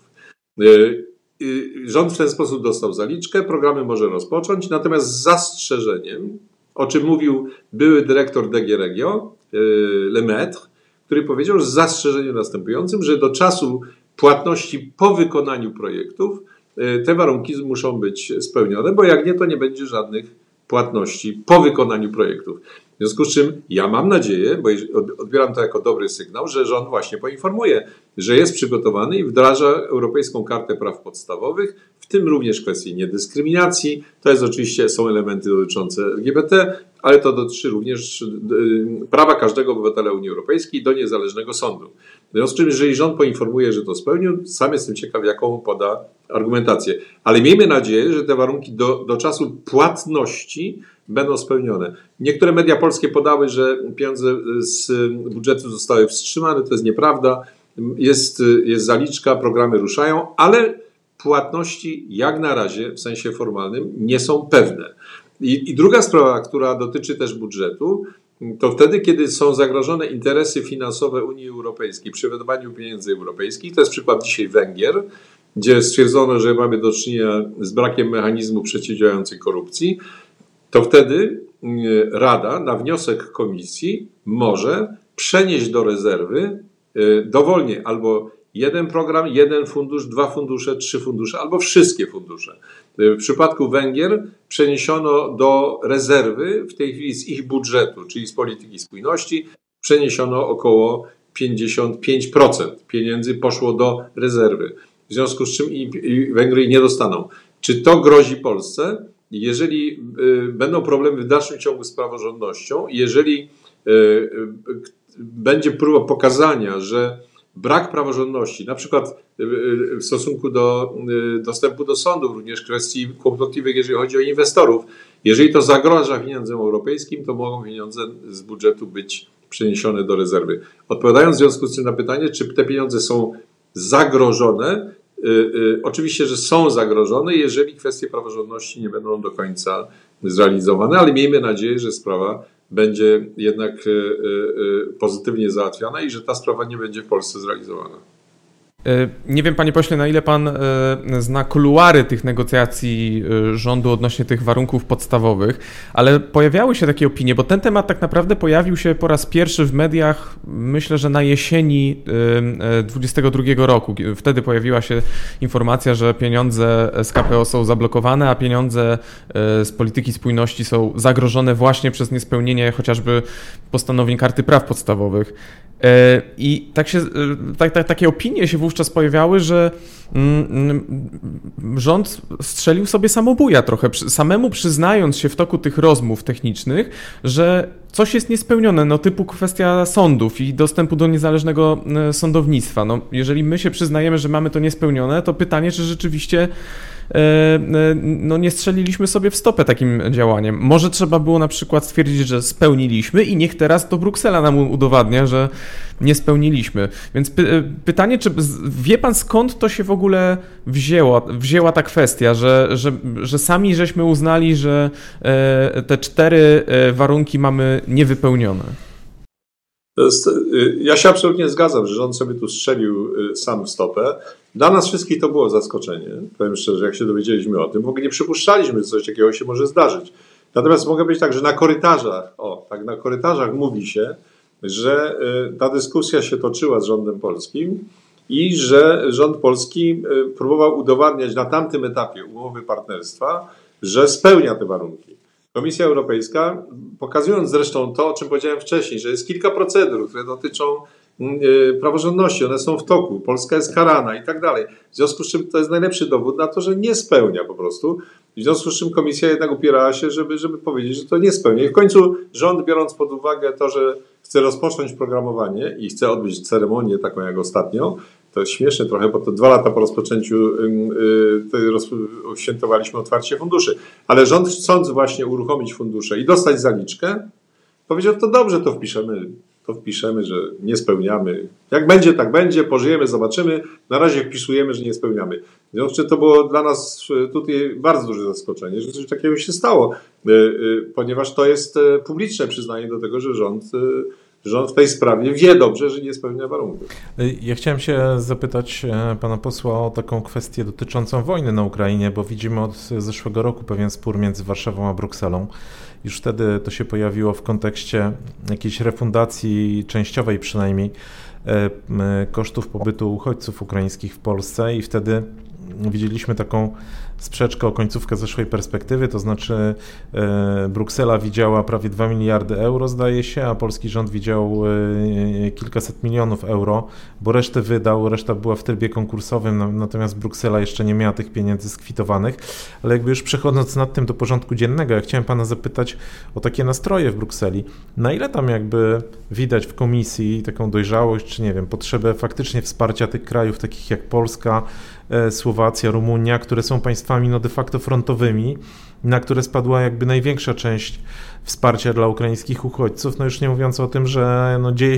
Rząd w ten sposób dostał zaliczkę, programy może rozpocząć, natomiast z zastrzeżeniem, o czym mówił były dyrektor DG Regio, Lemaitre, który powiedział z zastrzeżeniem następującym, że do czasu płatności po wykonaniu projektów te warunki muszą być spełnione, bo jak nie, to nie będzie żadnych płatności po wykonaniu projektów. W związku z czym ja mam nadzieję, bo odbieram to jako dobry sygnał, że rząd właśnie poinformuje, że jest przygotowany i wdraża Europejską Kartę Praw Podstawowych, w tym również kwestie niedyskryminacji. To jest oczywiście, są elementy dotyczące LGBT, ale to dotyczy również prawa każdego obywatela Unii Europejskiej do niezależnego sądu. W związku z czym, jeżeli rząd poinformuje, że to spełnił, sam jestem ciekaw, jaką poda argumentację. Ale miejmy nadzieję, że te warunki do czasu płatności będą spełnione. Niektóre media polskie podały, że pieniądze z budżetu zostały wstrzymane. To jest nieprawda. Jest zaliczka, programy ruszają, ale płatności jak na razie w sensie formalnym nie są pewne. I druga sprawa, która dotyczy też budżetu, to wtedy, kiedy są zagrożone interesy finansowe Unii Europejskiej przy wydawaniu pieniędzy europejskich, to jest przykład dzisiaj Węgier, gdzie stwierdzono, że mamy do czynienia z brakiem mechanizmu przeciwdziałającej korupcji, to wtedy Rada na wniosek Komisji może przenieść do rezerwy dowolnie albo jeden program, jeden fundusz, 2 fundusze, 3 fundusze, albo wszystkie fundusze. W przypadku Węgier przeniesiono do rezerwy w tej chwili z ich budżetu, czyli z polityki spójności, przeniesiono około 55% pieniędzy poszło do rezerwy. W związku z czym i Węgry nie dostaną. Czy to grozi Polsce? Jeżeli będą problemy w dalszym ciągu z praworządnością, jeżeli będzie próba pokazania, że brak praworządności, na przykład w stosunku do dostępu do sądów, również kwestii kłopotliwych, jeżeli chodzi o inwestorów, jeżeli to zagraża pieniądzom europejskim, to mogą pieniądze z budżetu być przeniesione do rezerwy. Odpowiadając w związku z tym na pytanie, czy te pieniądze są zagrożone, oczywiście, że są zagrożone, jeżeli kwestie praworządności nie będą do końca zrealizowane, ale miejmy nadzieję, że sprawa będzie jednak pozytywnie załatwiana i że ta sprawa nie będzie w Polsce zrealizowana. Nie wiem, panie pośle, na ile pan zna kuluary tych negocjacji rządu odnośnie tych warunków podstawowych, ale pojawiały się takie opinie, bo ten temat tak naprawdę pojawił się po raz pierwszy w mediach, myślę, że na jesieni 2022 roku. Wtedy pojawiła się informacja, że pieniądze z KPO są zablokowane, a pieniądze z polityki spójności są zagrożone właśnie przez niespełnienie chociażby postanowień Karty Praw Podstawowych. I takie opinie się wówczas pojawiały, że rząd strzelił sobie samobuja trochę, samemu przyznając się w toku tych rozmów technicznych, że coś jest niespełnione, no typu kwestia sądów i dostępu do niezależnego sądownictwa. No, jeżeli my się przyznajemy, że mamy to niespełnione, to pytanie, czy rzeczywiście no nie strzeliliśmy sobie w stopę takim działaniem. Może trzeba było na przykład stwierdzić, że spełniliśmy i niech teraz to Bruksela nam udowadnia, że nie spełniliśmy. Więc pytanie, czy wie pan, skąd to się w ogóle wzięła ta kwestia, że sami żeśmy uznali, że te 4 warunki mamy niewypełnione? Ja się absolutnie zgadzam, że rząd sobie tu strzelił sam w stopę. Dla nas wszystkich to było zaskoczenie. Powiem szczerze, jak się dowiedzieliśmy o tym, w ogóle nie przypuszczaliśmy, że coś takiego się może zdarzyć. Natomiast mogę być tak, że na korytarzach mówi się, że ta dyskusja się toczyła z rządem polskim i że rząd polski próbował udowadniać na tamtym etapie umowy partnerstwa, że spełnia te warunki. Komisja Europejska, pokazując zresztą to, o czym powiedziałem wcześniej, że jest kilka procedur, które dotyczą praworządności, one są w toku, Polska jest karana i tak dalej. W związku z czym to jest najlepszy dowód na to, że nie spełnia po prostu. W związku z czym komisja jednak upierała się, żeby powiedzieć, że to nie spełnia. I w końcu rząd, biorąc pod uwagę to, że chce rozpocząć programowanie i chce odbyć ceremonię taką jak ostatnio, to jest śmieszne trochę, bo to 2 lata po rozpoczęciu świętowaliśmy otwarcie funduszy. Ale rząd, chcąc właśnie uruchomić fundusze i dostać zaliczkę, powiedział, to dobrze, to wpiszemy, że nie spełniamy. Jak będzie, tak będzie, pożyjemy, zobaczymy. Na razie wpisujemy, że nie spełniamy. W związku z czym to było dla nas tutaj bardzo duże zaskoczenie, że coś takiego się stało, ponieważ to jest publiczne przyznanie do tego, że rząd w tej sprawie wie dobrze, że nie spełnia warunków. Ja chciałem się zapytać pana posła o taką kwestię dotyczącą wojny na Ukrainie, bo widzimy od zeszłego roku pewien spór między Warszawą a Brukselą. Już wtedy to się pojawiło w kontekście jakiejś refundacji częściowej przynajmniej kosztów pobytu uchodźców ukraińskich w Polsce i wtedy widzieliśmy taką sprzeczkę o końcówkę zeszłej perspektywy, to znaczy Bruksela widziała prawie 2 miliardy euro, zdaje się, a polski rząd widział kilkaset milionów euro, bo resztę wydał, reszta była w trybie konkursowym, natomiast Bruksela jeszcze nie miała tych pieniędzy skwitowanych. Ale jakby już przechodząc nad tym do porządku dziennego, ja chciałem pana zapytać o takie nastroje w Brukseli. Na ile tam jakby widać w komisji taką dojrzałość, czy nie wiem, potrzebę faktycznie wsparcia tych krajów, takich jak Polska, Słowacja, Rumunia, które są państwami no de facto frontowymi, na które spadła jakby największa część wsparcia dla ukraińskich uchodźców, no już nie mówiąc o tym, że no dzieje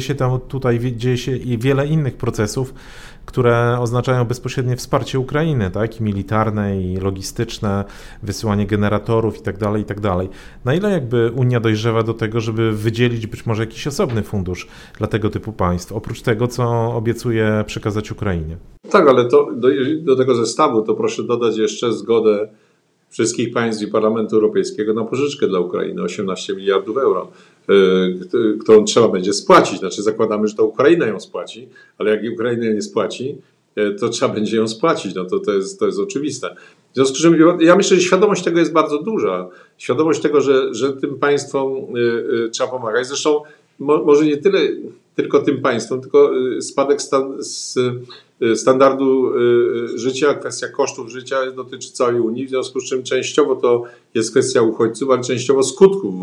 się i wiele innych procesów, które oznaczają bezpośrednie wsparcie Ukrainy, tak, i militarne, i logistyczne, wysyłanie generatorów i tak dalej. Na ile jakby Unia dojrzewa do tego, żeby wydzielić być może jakiś osobny fundusz dla tego typu państw, oprócz tego, co obiecuje przekazać Ukrainie? Tak, ale to do tego zestawu to proszę dodać jeszcze zgodę wszystkich państw i Parlamentu Europejskiego na pożyczkę dla Ukrainy 18 miliardów euro, którą trzeba będzie spłacić. Znaczy zakładamy, że to Ukraina ją spłaci, ale jak Ukraina nie spłaci, to trzeba będzie ją spłacić. No to jest oczywiste. W związku z czym ja myślę, że świadomość tego jest bardzo duża. Świadomość tego, że tym państwom trzeba pomagać. Zresztą może nie tyle tylko tym państwom, tylko spadek standardu życia, kwestia kosztów życia dotyczy całej Unii, w związku z czym częściowo to jest kwestia uchodźców, ale częściowo skutków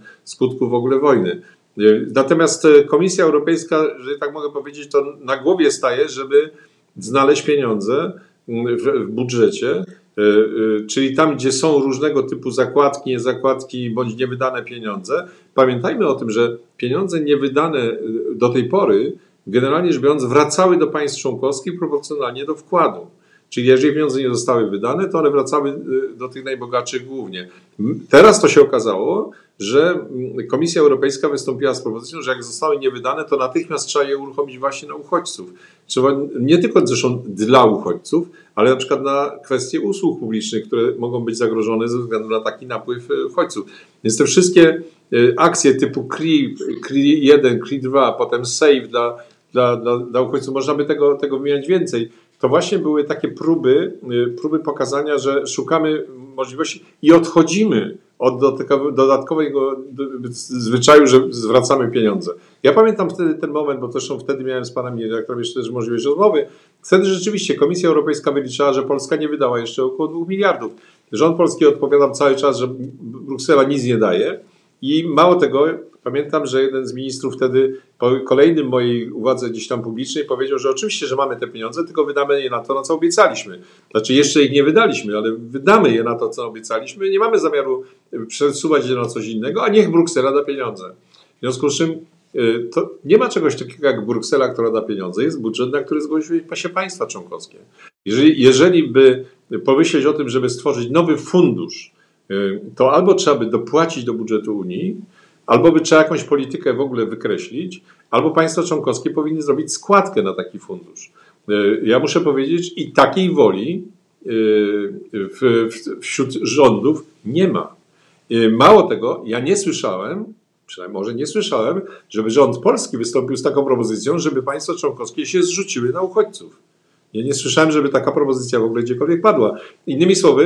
w ogóle wojny. Natomiast Komisja Europejska, że tak mogę powiedzieć, to na głowie staje, żeby znaleźć pieniądze w budżecie, czyli tam, gdzie są różnego typu zakładki, niezakładki bądź niewydane pieniądze. Pamiętajmy o tym, że pieniądze niewydane do tej pory, generalnie rzecz biorąc, wracały do państw członkowskich proporcjonalnie do wkładu. Czyli jeżeli pieniądze nie zostały wydane, to one wracały do tych najbogatszych głównie. Teraz to się okazało, że Komisja Europejska wystąpiła z propozycją, że jak zostały niewydane, to natychmiast trzeba je uruchomić właśnie na uchodźców. Trzeba nie tylko zresztą dla uchodźców, ale na przykład na kwestie usług publicznych, które mogą być zagrożone ze względu na taki napływ uchodźców. Więc te wszystkie akcje typu CRI 1, CRI 2, potem SAVE dla uchodźców, można by tego wymieniać więcej. To właśnie były takie próby pokazania, że szukamy możliwości i odchodzimy od dodatkowego zwyczaju, że zwracamy pieniądze. Ja pamiętam wtedy ten moment, bo zresztą wtedy miałem z panem redaktorem jeszcze też możliwość rozmowy. Wtedy rzeczywiście Komisja Europejska wyliczała, że Polska nie wydała jeszcze około 2 miliardów. Rząd polski odpowiadał cały czas, że Bruksela nic nie daje i mało tego, pamiętam, że jeden z ministrów wtedy po kolejnym mojej uwadze gdzieś tam publicznej powiedział, że oczywiście, że mamy te pieniądze, tylko wydamy je na to, na co obiecaliśmy. Znaczy jeszcze ich nie wydaliśmy, ale wydamy je na to, co obiecaliśmy. Nie mamy zamiaru przesuwać je na coś innego, a niech Bruksela da pieniądze. W związku z czym to nie ma czegoś takiego jak Bruksela, która da pieniądze. Jest budżet, na który zgłosiły się państwa członkowskie. Jeżeli by pomyśleć o tym, żeby stworzyć nowy fundusz, to albo trzeba by dopłacić do budżetu Unii, albo by trzeba jakąś politykę w ogóle wykreślić, albo państwa członkowskie powinny zrobić składkę na taki fundusz. Ja muszę powiedzieć, i takiej woli wśród rządów nie ma. Mało tego, ja nie słyszałem, przynajmniej może nie słyszałem, żeby rząd polski wystąpił z taką propozycją, żeby państwa członkowskie się zrzuciły na uchodźców. Ja nie słyszałem, żeby taka propozycja w ogóle gdziekolwiek padła. Innymi słowy,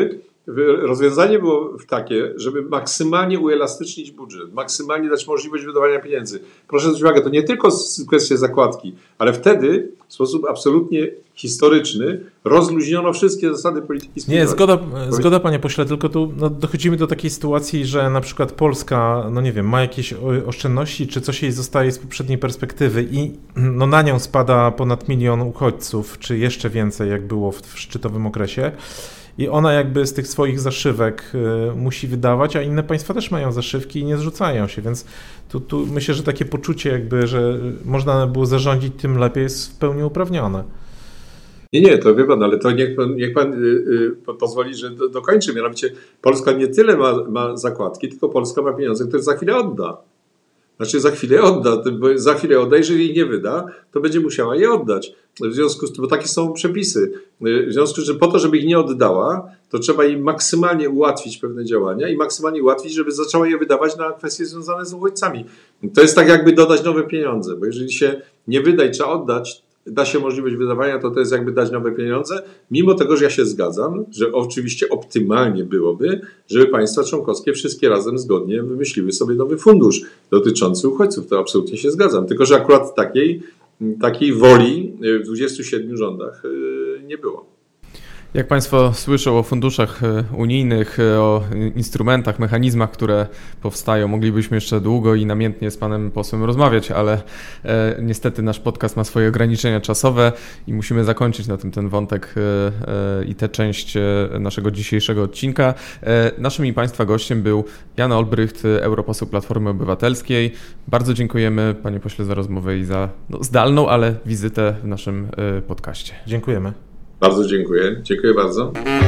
rozwiązanie było takie, żeby maksymalnie uelastycznić budżet, maksymalnie dać możliwość wydawania pieniędzy. Proszę zwrócić uwagę, to nie tylko kwestia zakładki, ale wtedy w sposób absolutnie historyczny rozluźniono wszystkie zasady polityki Nie, spójności. zgoda panie pośle, tylko tu dochodzimy do takiej sytuacji, że na przykład Polska, no nie wiem, ma jakieś oszczędności, czy coś jej zostaje z poprzedniej perspektywy i no na nią spada ponad 1 000 000 uchodźców, czy jeszcze więcej, jak było w szczytowym okresie. I ona jakby z tych swoich zaszywek musi wydawać, a inne państwa też mają zaszywki i nie zrzucają się, więc tu myślę, że takie poczucie jakby, że można było zarządzić tym lepiej, jest w pełni uprawnione. Nie, to wie pan, ale to niech pan pozwoli, że dokończę. Mianowicie Polska nie tyle ma zakładki, tylko Polska ma pieniądze, które za chwilę odda. Znaczy za chwilę odda, jeżeli jej nie wyda, to będzie musiała je oddać. W związku z tym, bo takie są przepisy. W związku z tym, po to, żeby ich nie oddała, to trzeba im maksymalnie ułatwić pewne działania i maksymalnie ułatwić, żeby zaczęła je wydawać na kwestie związane z uchodźcami. To jest tak jakby dodać nowe pieniądze, bo jeżeli się nie wyda i trzeba oddać, da się możliwość wydawania, to jest jakby dać nowe pieniądze, mimo tego, że ja się zgadzam, że oczywiście optymalnie byłoby, żeby państwa członkowskie wszystkie razem zgodnie wymyśliły sobie nowy fundusz dotyczący uchodźców. To absolutnie się zgadzam. Tylko że akurat takiej woli w 27 rządach nie było. Jak Państwo słyszą o funduszach unijnych, o instrumentach, mechanizmach, które powstają, moglibyśmy jeszcze długo i namiętnie z Panem Posłem rozmawiać, ale niestety nasz podcast ma swoje ograniczenia czasowe i musimy zakończyć na tym ten wątek i tę część naszego dzisiejszego odcinka. Naszym i Państwa gościem był Jan Olbrycht, europoseł Platformy Obywatelskiej. Bardzo dziękujemy Panie Pośle za rozmowę i za zdalną, ale wizytę w naszym podcaście. Dziękujemy. Bardzo dziękuję. Dziękuję bardzo.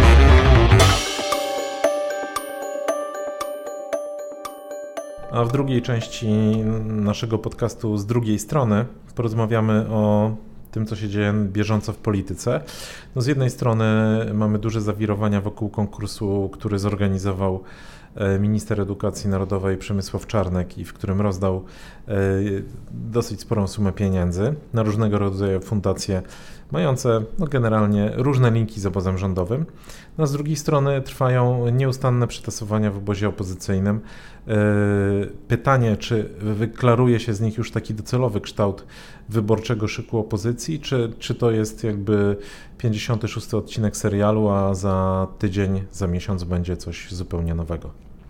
A w drugiej części naszego podcastu z drugiej strony porozmawiamy o tym, co się dzieje bieżąco w polityce. No z jednej strony mamy duże zawirowania wokół konkursu, który zorganizował minister edukacji narodowej Przemysław Czarnek i w którym rozdał dosyć sporą sumę pieniędzy na różnego rodzaju fundacje mające generalnie różne linki z obozem rządowym. No, z drugiej strony trwają nieustanne przetasowania w obozie opozycyjnym. Pytanie, czy wyklaruje się z nich już taki docelowy kształt wyborczego szyku opozycji, czy to jest jakby 56. odcinek serialu, a za tydzień, za miesiąc będzie coś zupełnie nowego?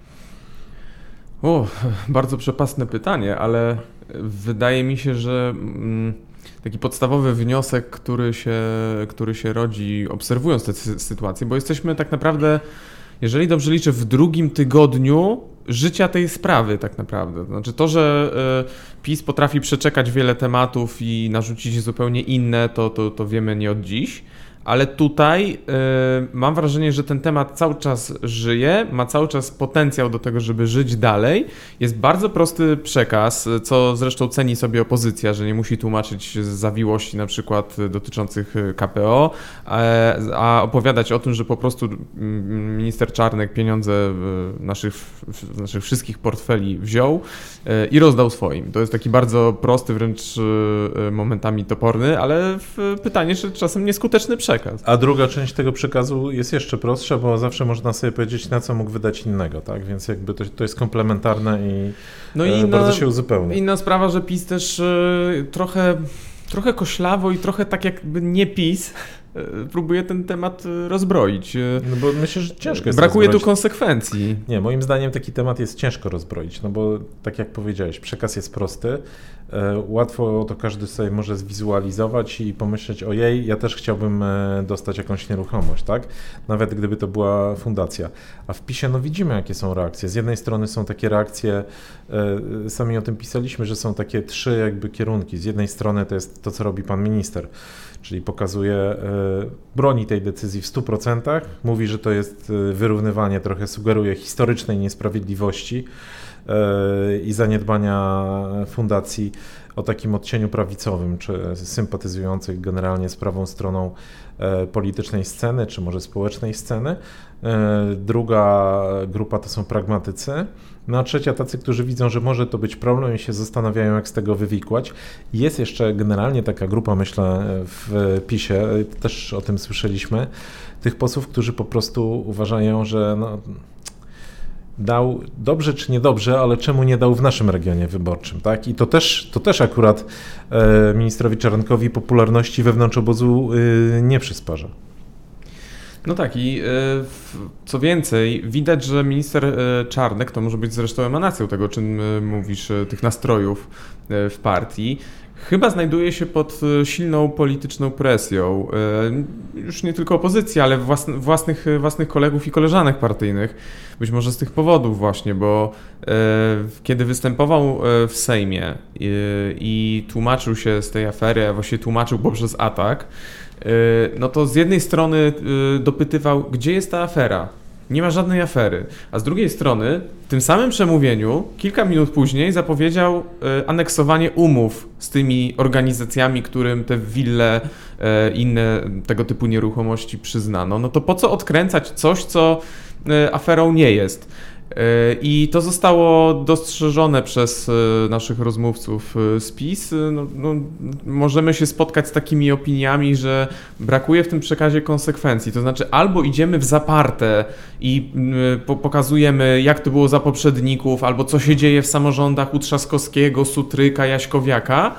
Bardzo przepastne pytanie, ale wydaje mi się, że taki podstawowy wniosek, który się rodzi obserwując tę sytuację, bo jesteśmy tak naprawdę, jeżeli dobrze liczę, w drugim tygodniu życia tej sprawy tak naprawdę. Znaczy to, że PiS potrafi przeczekać wiele tematów i narzucić zupełnie inne, to wiemy nie od dziś. Ale tutaj mam wrażenie, że ten temat cały czas żyje, ma cały czas potencjał do tego, żeby żyć dalej. Jest bardzo prosty przekaz, co zresztą ceni sobie opozycja, że nie musi tłumaczyć zawiłości na przykład dotyczących KPO, a opowiadać o tym, że po prostu minister Czarnek pieniądze naszych wszystkich portfeli wziął i rozdał swoim. To jest taki bardzo prosty, wręcz momentami toporny, ale pytanie, czy czasem nieskuteczny przekaz. A druga część tego przekazu jest jeszcze prostsza, bo zawsze można sobie powiedzieć, na co mógł wydać innego, tak? Więc jakby to jest komplementarne i bardzo się uzupełnia. Inna sprawa, że PiS też trochę koślawo i trochę tak jakby nie PiS próbuje ten temat rozbroić. No bo myślę, że ciężko jest Brakuje rozbroić. tu konsekwencji. Nie, moim zdaniem taki temat jest ciężko rozbroić, no bo tak jak powiedziałeś, przekaz jest prosty, łatwo to każdy sobie może zwizualizować i pomyśleć, ojej, ja też chciałbym dostać jakąś nieruchomość, tak? Nawet gdyby to była fundacja. A w PiS-ie widzimy, jakie są reakcje. Z jednej strony są takie reakcje, sami o tym pisaliśmy, że są takie trzy jakby kierunki. Z jednej strony to jest to, co robi pan minister, czyli pokazuje, broni tej decyzji w 100%, mówi, że to jest wyrównywanie, trochę sugeruje historycznej niesprawiedliwości i zaniedbania fundacji o takim odcieniu prawicowym, czy sympatyzujących generalnie z prawą stroną politycznej sceny, czy może społecznej sceny. Druga grupa to są pragmatycy. No a trzecia tacy, którzy widzą, że może to być problem i się zastanawiają, jak z tego wywikłać. Jest jeszcze generalnie taka grupa, myślę, w PiS-ie, też o tym słyszeliśmy, tych posłów, którzy po prostu uważają, że no, dał dobrze czy niedobrze, ale czemu nie dał w naszym regionie wyborczym, tak? I to też akurat ministrowi Czarnkowi popularności wewnątrz obozu nie przysparza. No tak i co więcej, widać, że minister Czarnek, to może być zresztą emanacją tego, o czym mówisz, tych nastrojów w partii, chyba znajduje się pod silną polityczną presją, już nie tylko opozycji, ale własnych kolegów i koleżanek partyjnych, być może z tych powodów właśnie, bo kiedy występował w Sejmie i tłumaczył się z tej afery, a właściwie tłumaczył poprzez atak, no to z jednej strony dopytywał, gdzie jest ta afera? Nie ma żadnej afery. A z drugiej strony w tym samym przemówieniu kilka minut później zapowiedział aneksowanie umów z tymi organizacjami, którym te wille, inne tego typu nieruchomości przyznano. No to po co odkręcać coś, co aferą nie jest? I to zostało dostrzeżone przez naszych rozmówców z PiS. Możemy się spotkać z takimi opiniami, że brakuje w tym przekazie konsekwencji. To znaczy albo idziemy w zaparte i pokazujemy, jak to było za poprzedników, albo co się dzieje w samorządach u Trzaskowskiego, Sutryka, Jaśkowiaka,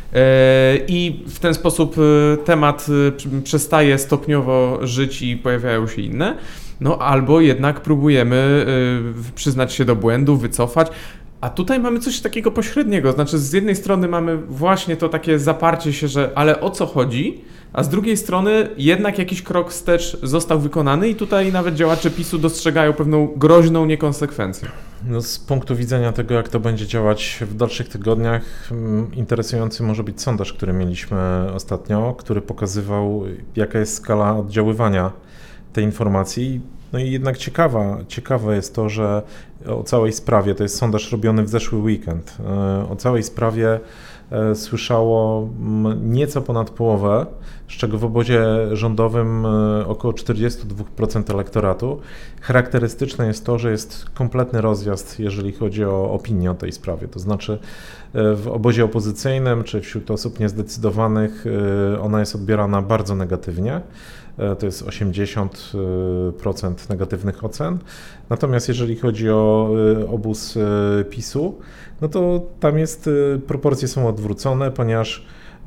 i w ten sposób temat przestaje stopniowo żyć i pojawiają się inne. No albo jednak próbujemy przyznać się do błędu, wycofać, a tutaj mamy coś takiego pośredniego, znaczy z jednej strony mamy właśnie to takie zaparcie się, że ale o co chodzi, a z drugiej strony jednak jakiś krok wstecz został wykonany i tutaj nawet działacze PiS-u dostrzegają pewną groźną niekonsekwencję. No, z punktu widzenia tego, jak to będzie działać w dalszych tygodniach, interesujący może być sondaż, który mieliśmy ostatnio, który pokazywał, jaka jest skala oddziaływania tej informacji. No i jednak ciekawe jest to, że o całej sprawie, to jest sondaż robiony w zeszły weekend, o całej sprawie słyszało nieco ponad połowę, z czego w obozie rządowym około 42% elektoratu. Charakterystyczne jest to, że jest kompletny rozjazd, jeżeli chodzi o opinię o tej sprawie. To znaczy w obozie opozycyjnym czy wśród osób niezdecydowanych ona jest odbierana bardzo negatywnie. To jest 80% negatywnych ocen. Natomiast jeżeli chodzi o obóz PiS-u, no to tam proporcje są odwrócone, ponieważ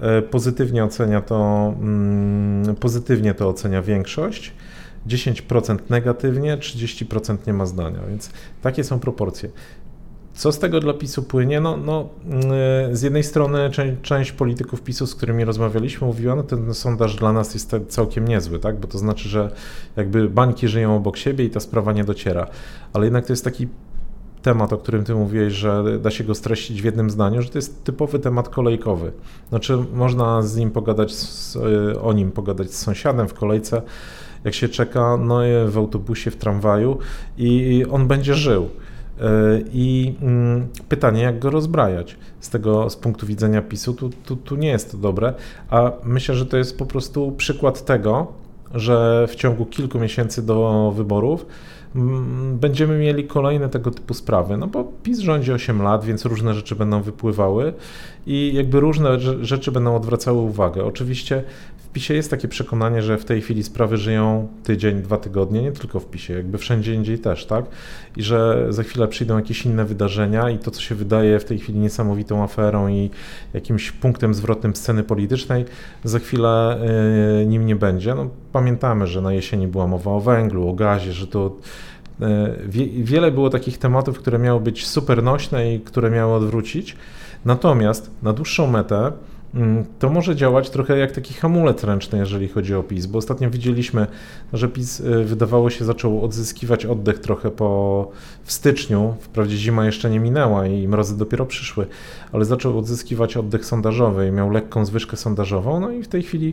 pozytywnie to ocenia większość, 10% negatywnie, 30% nie ma zdania, więc takie są proporcje. Co z tego dla PiS-u płynie? Z jednej strony część polityków PiS-u, z którymi rozmawialiśmy, mówiła, no ten sondaż dla nas jest całkiem niezły, tak? Bo to znaczy, że jakby bańki żyją obok siebie i ta sprawa nie dociera. Ale jednak to jest taki temat, o którym ty mówiłeś, że da się go streścić w jednym zdaniu, że to jest typowy temat kolejkowy. Znaczy można o nim pogadać z sąsiadem w kolejce, jak się czeka, no w autobusie, w tramwaju i on będzie żył. I pytanie, jak go rozbrajać. Z punktu widzenia PiS-u tu nie jest to dobre, a myślę, że to jest po prostu przykład tego, że w ciągu kilku miesięcy do wyborów będziemy mieli kolejne tego typu sprawy, no bo PiS rządzi 8 lat, więc różne rzeczy będą wypływały i jakby różne rzeczy będą odwracały uwagę. Oczywiście w PiS-ie jest takie przekonanie, że w tej chwili sprawy żyją tydzień, 2 tygodnie, nie tylko w PiS-ie, jakby wszędzie indziej też, tak? I że za chwilę przyjdą jakieś inne wydarzenia i to, co się wydaje w tej chwili niesamowitą aferą i jakimś punktem zwrotnym sceny politycznej, za chwilę nim nie będzie. No, pamiętamy, że na jesieni była mowa o węglu, o gazie, że to wiele było takich tematów, które miały być super nośne i które miały odwrócić. Natomiast na dłuższą metę to może działać trochę jak taki hamulec ręczny, jeżeli chodzi o PiS, bo ostatnio widzieliśmy, że PiS wydawało się zaczął odzyskiwać oddech trochę w styczniu, wprawdzie zima jeszcze nie minęła i mrozy dopiero przyszły, ale zaczął odzyskiwać oddech sondażowy i miał lekką zwyżkę sondażową, no i w tej chwili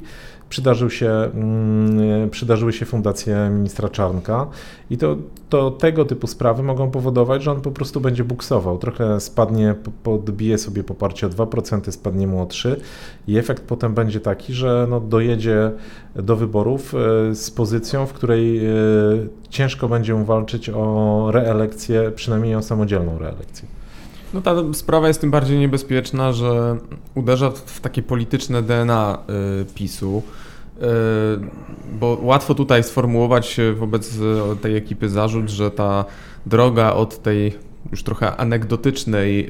przydarzyły się fundacje ministra Czarnka i to tego typu sprawy mogą powodować, że on po prostu będzie buksował, trochę spadnie, podbije sobie poparcie o 2%, spadnie mu o 3% i efekt potem będzie taki, że dojedzie do wyborów z pozycją, w której ciężko będzie mu walczyć o reelekcję, przynajmniej o samodzielną reelekcję. No ta sprawa jest tym bardziej niebezpieczna, że uderza w takie polityczne DNA PiS-u, bo łatwo tutaj sformułować wobec tej ekipy zarzut, że ta droga od tej już trochę anegdotycznej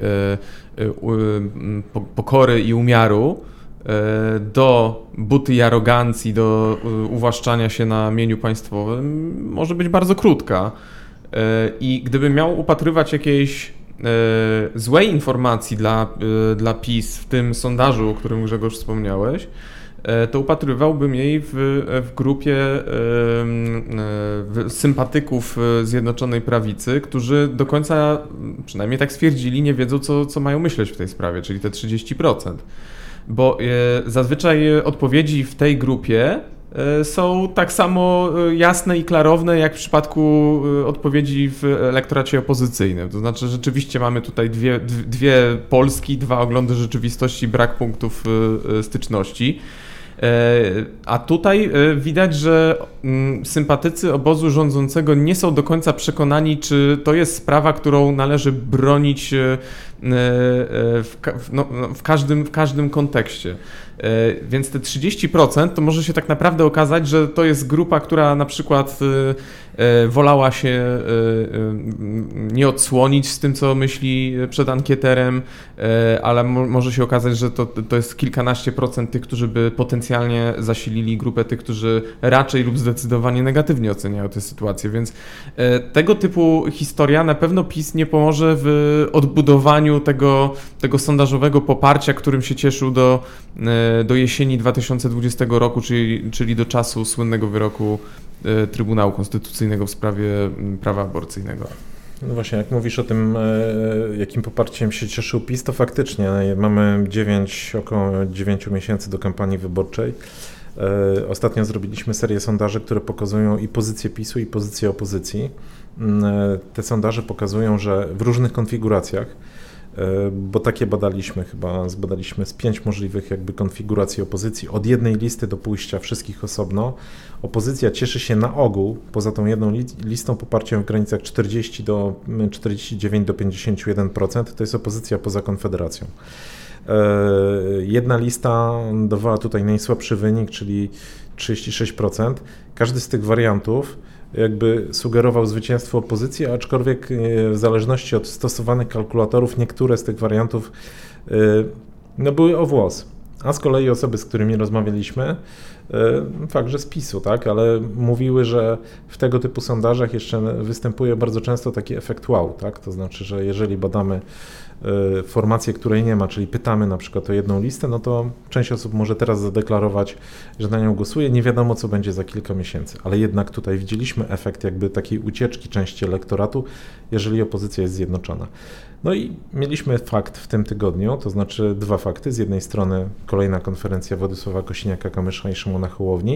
pokory i umiaru do buty i arogancji, do uwłaszczania się na mieniu państwowym może być bardzo krótka. I gdybym miał upatrywać jakiejś złej informacji dla PiS w tym sondażu, o którym Grzegorz wspomniałeś, to upatrywałbym jej w grupie sympatyków Zjednoczonej Prawicy, którzy do końca, przynajmniej tak stwierdzili, nie wiedzą, co mają myśleć w tej sprawie, czyli te 30%. Bo zazwyczaj odpowiedzi w tej grupie są tak samo jasne i klarowne, jak w przypadku odpowiedzi w elektoracie opozycyjnym. To znaczy, rzeczywiście mamy tutaj dwie Polski, 2 oglądy rzeczywistości, brak punktów styczności. A tutaj widać, że sympatycy obozu rządzącego nie są do końca przekonani, czy to jest sprawa, którą należy bronić w każdym kontekście. Więc te 30% to może się tak naprawdę okazać, że to jest grupa, która na przykład wolała się nie odsłonić z tym, co myśli przed ankieterem, ale może się okazać, że to jest kilkanaście procent tych, którzy by potencjalnie zasilili grupę tych, którzy raczej lub zdecydowanie negatywnie oceniają tę sytuację, więc tego typu historia na pewno PiS nie pomoże w odbudowaniu tego sondażowego poparcia, którym się cieszył do jesieni 2020 roku, czyli do czasu słynnego wyroku Trybunału Konstytucyjnego w sprawie prawa aborcyjnego. No właśnie, jak mówisz o tym, jakim poparciem się cieszył PiS, to faktycznie mamy około 9 miesięcy do kampanii wyborczej. Ostatnio zrobiliśmy serię sondaży, które pokazują i pozycję PiS-u, i pozycję opozycji. Te sondaże pokazują, że w różnych konfiguracjach, bo takie zbadaliśmy z 5 możliwych konfiguracji opozycji, od jednej listy do pójścia wszystkich osobno. Opozycja cieszy się na ogół, poza tą jedną listą, poparciem w granicach 49 do 51%, to jest opozycja poza Konfederacją. Jedna lista dawała tutaj najsłabszy wynik, czyli 36%. Każdy z tych wariantów sugerował zwycięstwo opozycji, aczkolwiek w zależności od stosowanych kalkulatorów niektóre z tych wariantów były o włos. A z kolei osoby, z którymi rozmawialiśmy, fakt, że z PiS-u, tak, ale mówiły, że w tego typu sondażach jeszcze występuje bardzo często taki efekt wow, tak, to znaczy, że jeżeli badamy formację, której nie ma, czyli pytamy na przykład o jedną listę, no to część osób może teraz zadeklarować, że na nią głosuje, nie wiadomo, co będzie za kilka miesięcy, ale jednak tutaj widzieliśmy efekt takiej ucieczki części elektoratu, jeżeli opozycja jest zjednoczona. No i mieliśmy fakt w tym tygodniu, to znaczy 2 fakty. Z jednej strony kolejna konferencja Władysława Kosiniaka-Kamysza i Szymona Hołowni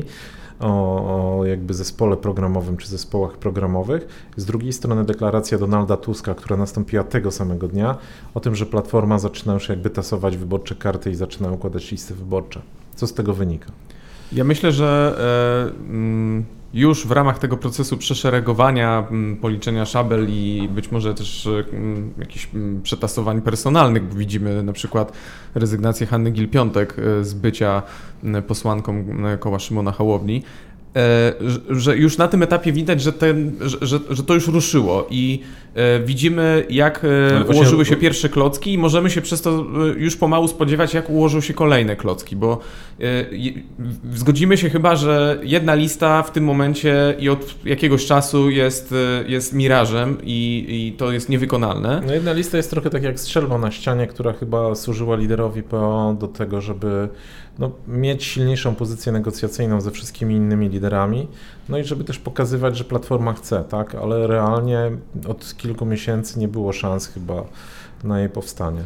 o zespole programowym czy zespołach programowych. Z drugiej strony deklaracja Donalda Tuska, która nastąpiła tego samego dnia, o tym, że Platforma zaczyna już tasować wyborcze karty i zaczyna układać listy wyborcze. Co z tego wynika? Ja myślę, że już w ramach tego procesu przeszeregowania, policzenia szabel i być może też jakichś przetasowań personalnych, bo widzimy na przykład rezygnację Hanny Gill-Piątek z bycia posłanką koła Szymona Hołowni, że już na tym etapie widać, że to już ruszyło i widzimy, jak ułożyły się pierwsze klocki i możemy się przez to już pomału spodziewać, jak ułożą się kolejne klocki, bo zgodzimy się chyba, że jedna lista w tym momencie i od jakiegoś czasu jest mirażem i to jest niewykonalne. No jedna lista jest trochę tak jak strzelba na ścianie, która chyba służyła liderowi PO do tego, żeby mieć silniejszą pozycję negocjacyjną ze wszystkimi innymi liderami, no i żeby też pokazywać, że Platforma chce, tak, ale realnie od kilku miesięcy nie było szans chyba na jej powstanie.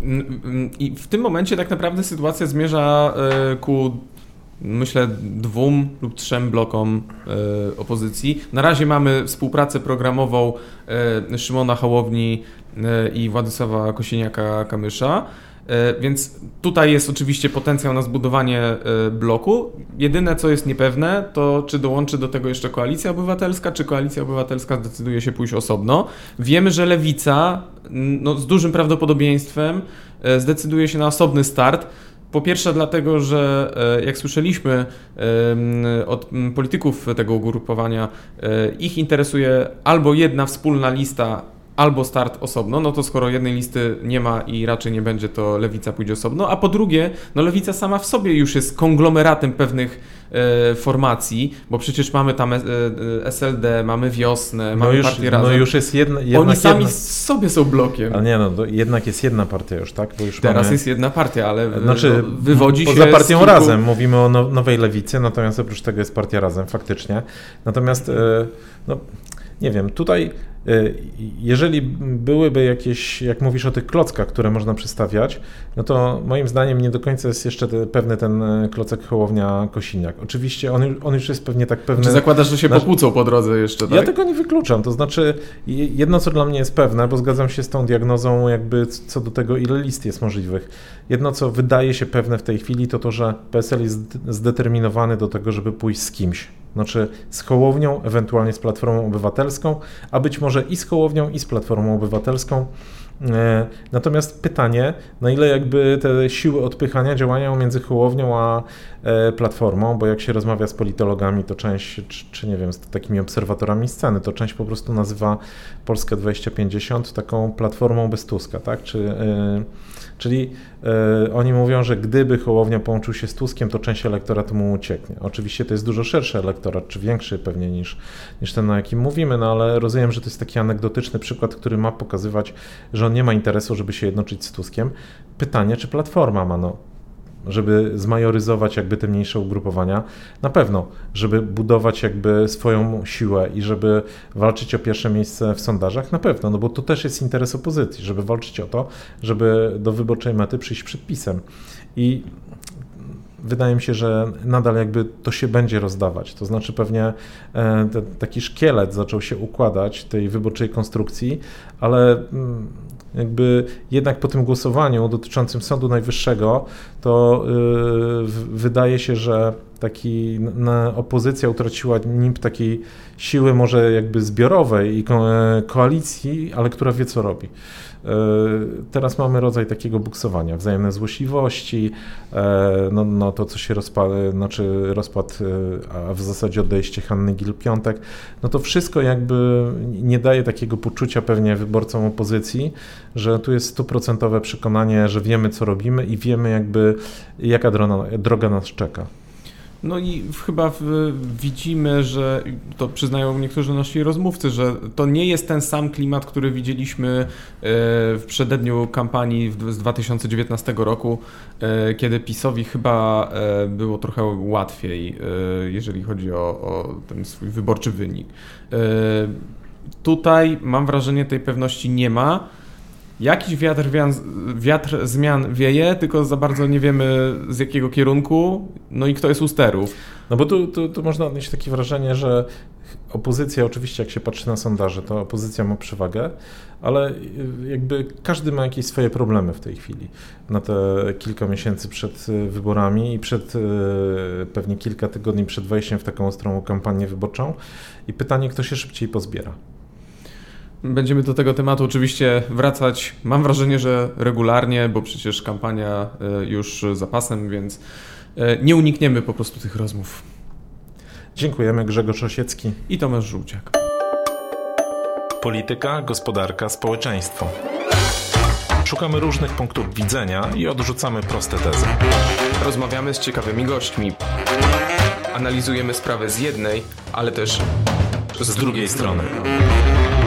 I w tym momencie tak naprawdę sytuacja zmierza ku, myślę, 2 lub 3 blokom opozycji. Na razie mamy współpracę programową Szymona Hołowni i Władysława Kosiniaka-Kamysza. Więc tutaj jest oczywiście potencjał na zbudowanie bloku. Jedyne, co jest niepewne, to czy dołączy do tego jeszcze Koalicja Obywatelska, czy Koalicja Obywatelska zdecyduje się pójść osobno. Wiemy, że Lewica z dużym prawdopodobieństwem zdecyduje się na osobny start. Po pierwsze dlatego, że jak słyszeliśmy od polityków tego ugrupowania, ich interesuje albo jedna wspólna lista, albo start osobno, no to skoro jednej listy nie ma i raczej nie będzie, to Lewica pójdzie osobno, a po drugie, Lewica sama w sobie już jest konglomeratem pewnych formacji, bo przecież mamy tam SLD, mamy Wiosnę, mamy Partię Razem. No już jest jedna. Oni sami sobie są blokiem. Ale nie, jednak jest jedna partia już, tak? Bo już teraz jest jedna partia, ale wywodzi się... Poza Partią Razem mówimy o nowej Lewicy, natomiast oprócz tego jest Partia Razem faktycznie. Natomiast, nie wiem, tutaj jeżeli byłyby jakieś, jak mówisz o tych klockach, które można przystawiać, no to moim zdaniem nie do końca jest jeszcze pewny ten klocek Hołownia-Kosiniak. Oczywiście on już jest pewnie tak pewny... Czy zakładasz, że się pokłócą po drodze jeszcze, tak? Ja tego nie wykluczam, to znaczy jedno, co dla mnie jest pewne, bo zgadzam się z tą diagnozą jakby co do tego, ile list jest możliwych. Jedno, co wydaje się pewne w tej chwili, to, że PSL jest zdeterminowany do tego, żeby pójść z kimś. Znaczy z Hołownią, ewentualnie z Platformą Obywatelską, a być może i z Hołownią, i z Platformą Obywatelską. Natomiast pytanie, na ile jakby te siły odpychania działają między Hołownią a Platformą, bo jak się rozmawia z politologami, to część, czy nie wiem, z takimi obserwatorami sceny, to część po prostu nazywa Polskę 2050 taką Platformą bez Tuska, tak? Czyli oni mówią, że gdyby Hołownia połączył się z Tuskiem, to część elektoratu mu ucieknie. Oczywiście to jest dużo szerszy elektorat, czy większy pewnie niż ten, o jakim mówimy, no ale rozumiem, że to jest taki anegdotyczny przykład, który ma pokazywać, że on nie ma interesu, żeby się jednoczyć z Tuskiem. Pytanie, czy Platforma ma, żeby zmajoryzować jakby te mniejsze ugrupowania, na pewno, żeby budować jakby swoją siłę i żeby walczyć o pierwsze miejsce w sondażach, na pewno, bo to też jest interes opozycji, żeby walczyć o to, żeby do wyborczej mety przyjść przed PiS-em. I wydaje mi się, że nadal jakby to się będzie rozdawać, to znaczy pewnie taki szkielet zaczął się układać tej wyborczej konstrukcji, ale jakby jednak po tym głosowaniu dotyczącym Sądu Najwyższego, to wydaje się, że opozycja utraciła NIP takiej siły może jakby zbiorowej i koalicji, ale która wie, co robi. Teraz mamy rodzaj takiego buksowania, wzajemne złośliwości, to co się rozpad, a w zasadzie odejście Hanny Gill-Piątek, to wszystko jakby nie daje takiego poczucia pewnie wyborcom opozycji, że tu jest 100% przekonanie, że wiemy, co robimy i wiemy jakby jaka droga nas czeka. No i chyba widzimy, że to przyznają niektórzy nasi rozmówcy, że to nie jest ten sam klimat, który widzieliśmy w przededniu kampanii z 2019 roku, kiedy PiS-owi chyba było trochę łatwiej, jeżeli chodzi o ten swój wyborczy wynik. Tutaj mam wrażenie, tej pewności nie ma. Jakiś wiatr zmian wieje, tylko za bardzo nie wiemy z jakiego kierunku, i kto jest u sterów. No bo tu można odnieść takie wrażenie, że opozycja, oczywiście jak się patrzy na sondaże, to opozycja ma przewagę, ale jakby każdy ma jakieś swoje problemy w tej chwili. Na te kilka miesięcy przed wyborami i pewnie kilka tygodni przed wejściem w taką ostrą kampanię wyborczą i pytanie, kto się szybciej pozbiera. Będziemy do tego tematu oczywiście wracać, mam wrażenie, że regularnie, bo przecież kampania już za pasem, więc nie unikniemy po prostu tych rozmów. Dziękujemy. Grzegorz Osiecki i Tomasz Żółciak. Polityka, gospodarka, społeczeństwo. Szukamy różnych punktów widzenia i odrzucamy proste tezy. Rozmawiamy z ciekawymi gośćmi. Analizujemy sprawę z jednej, ale też z drugiej strony.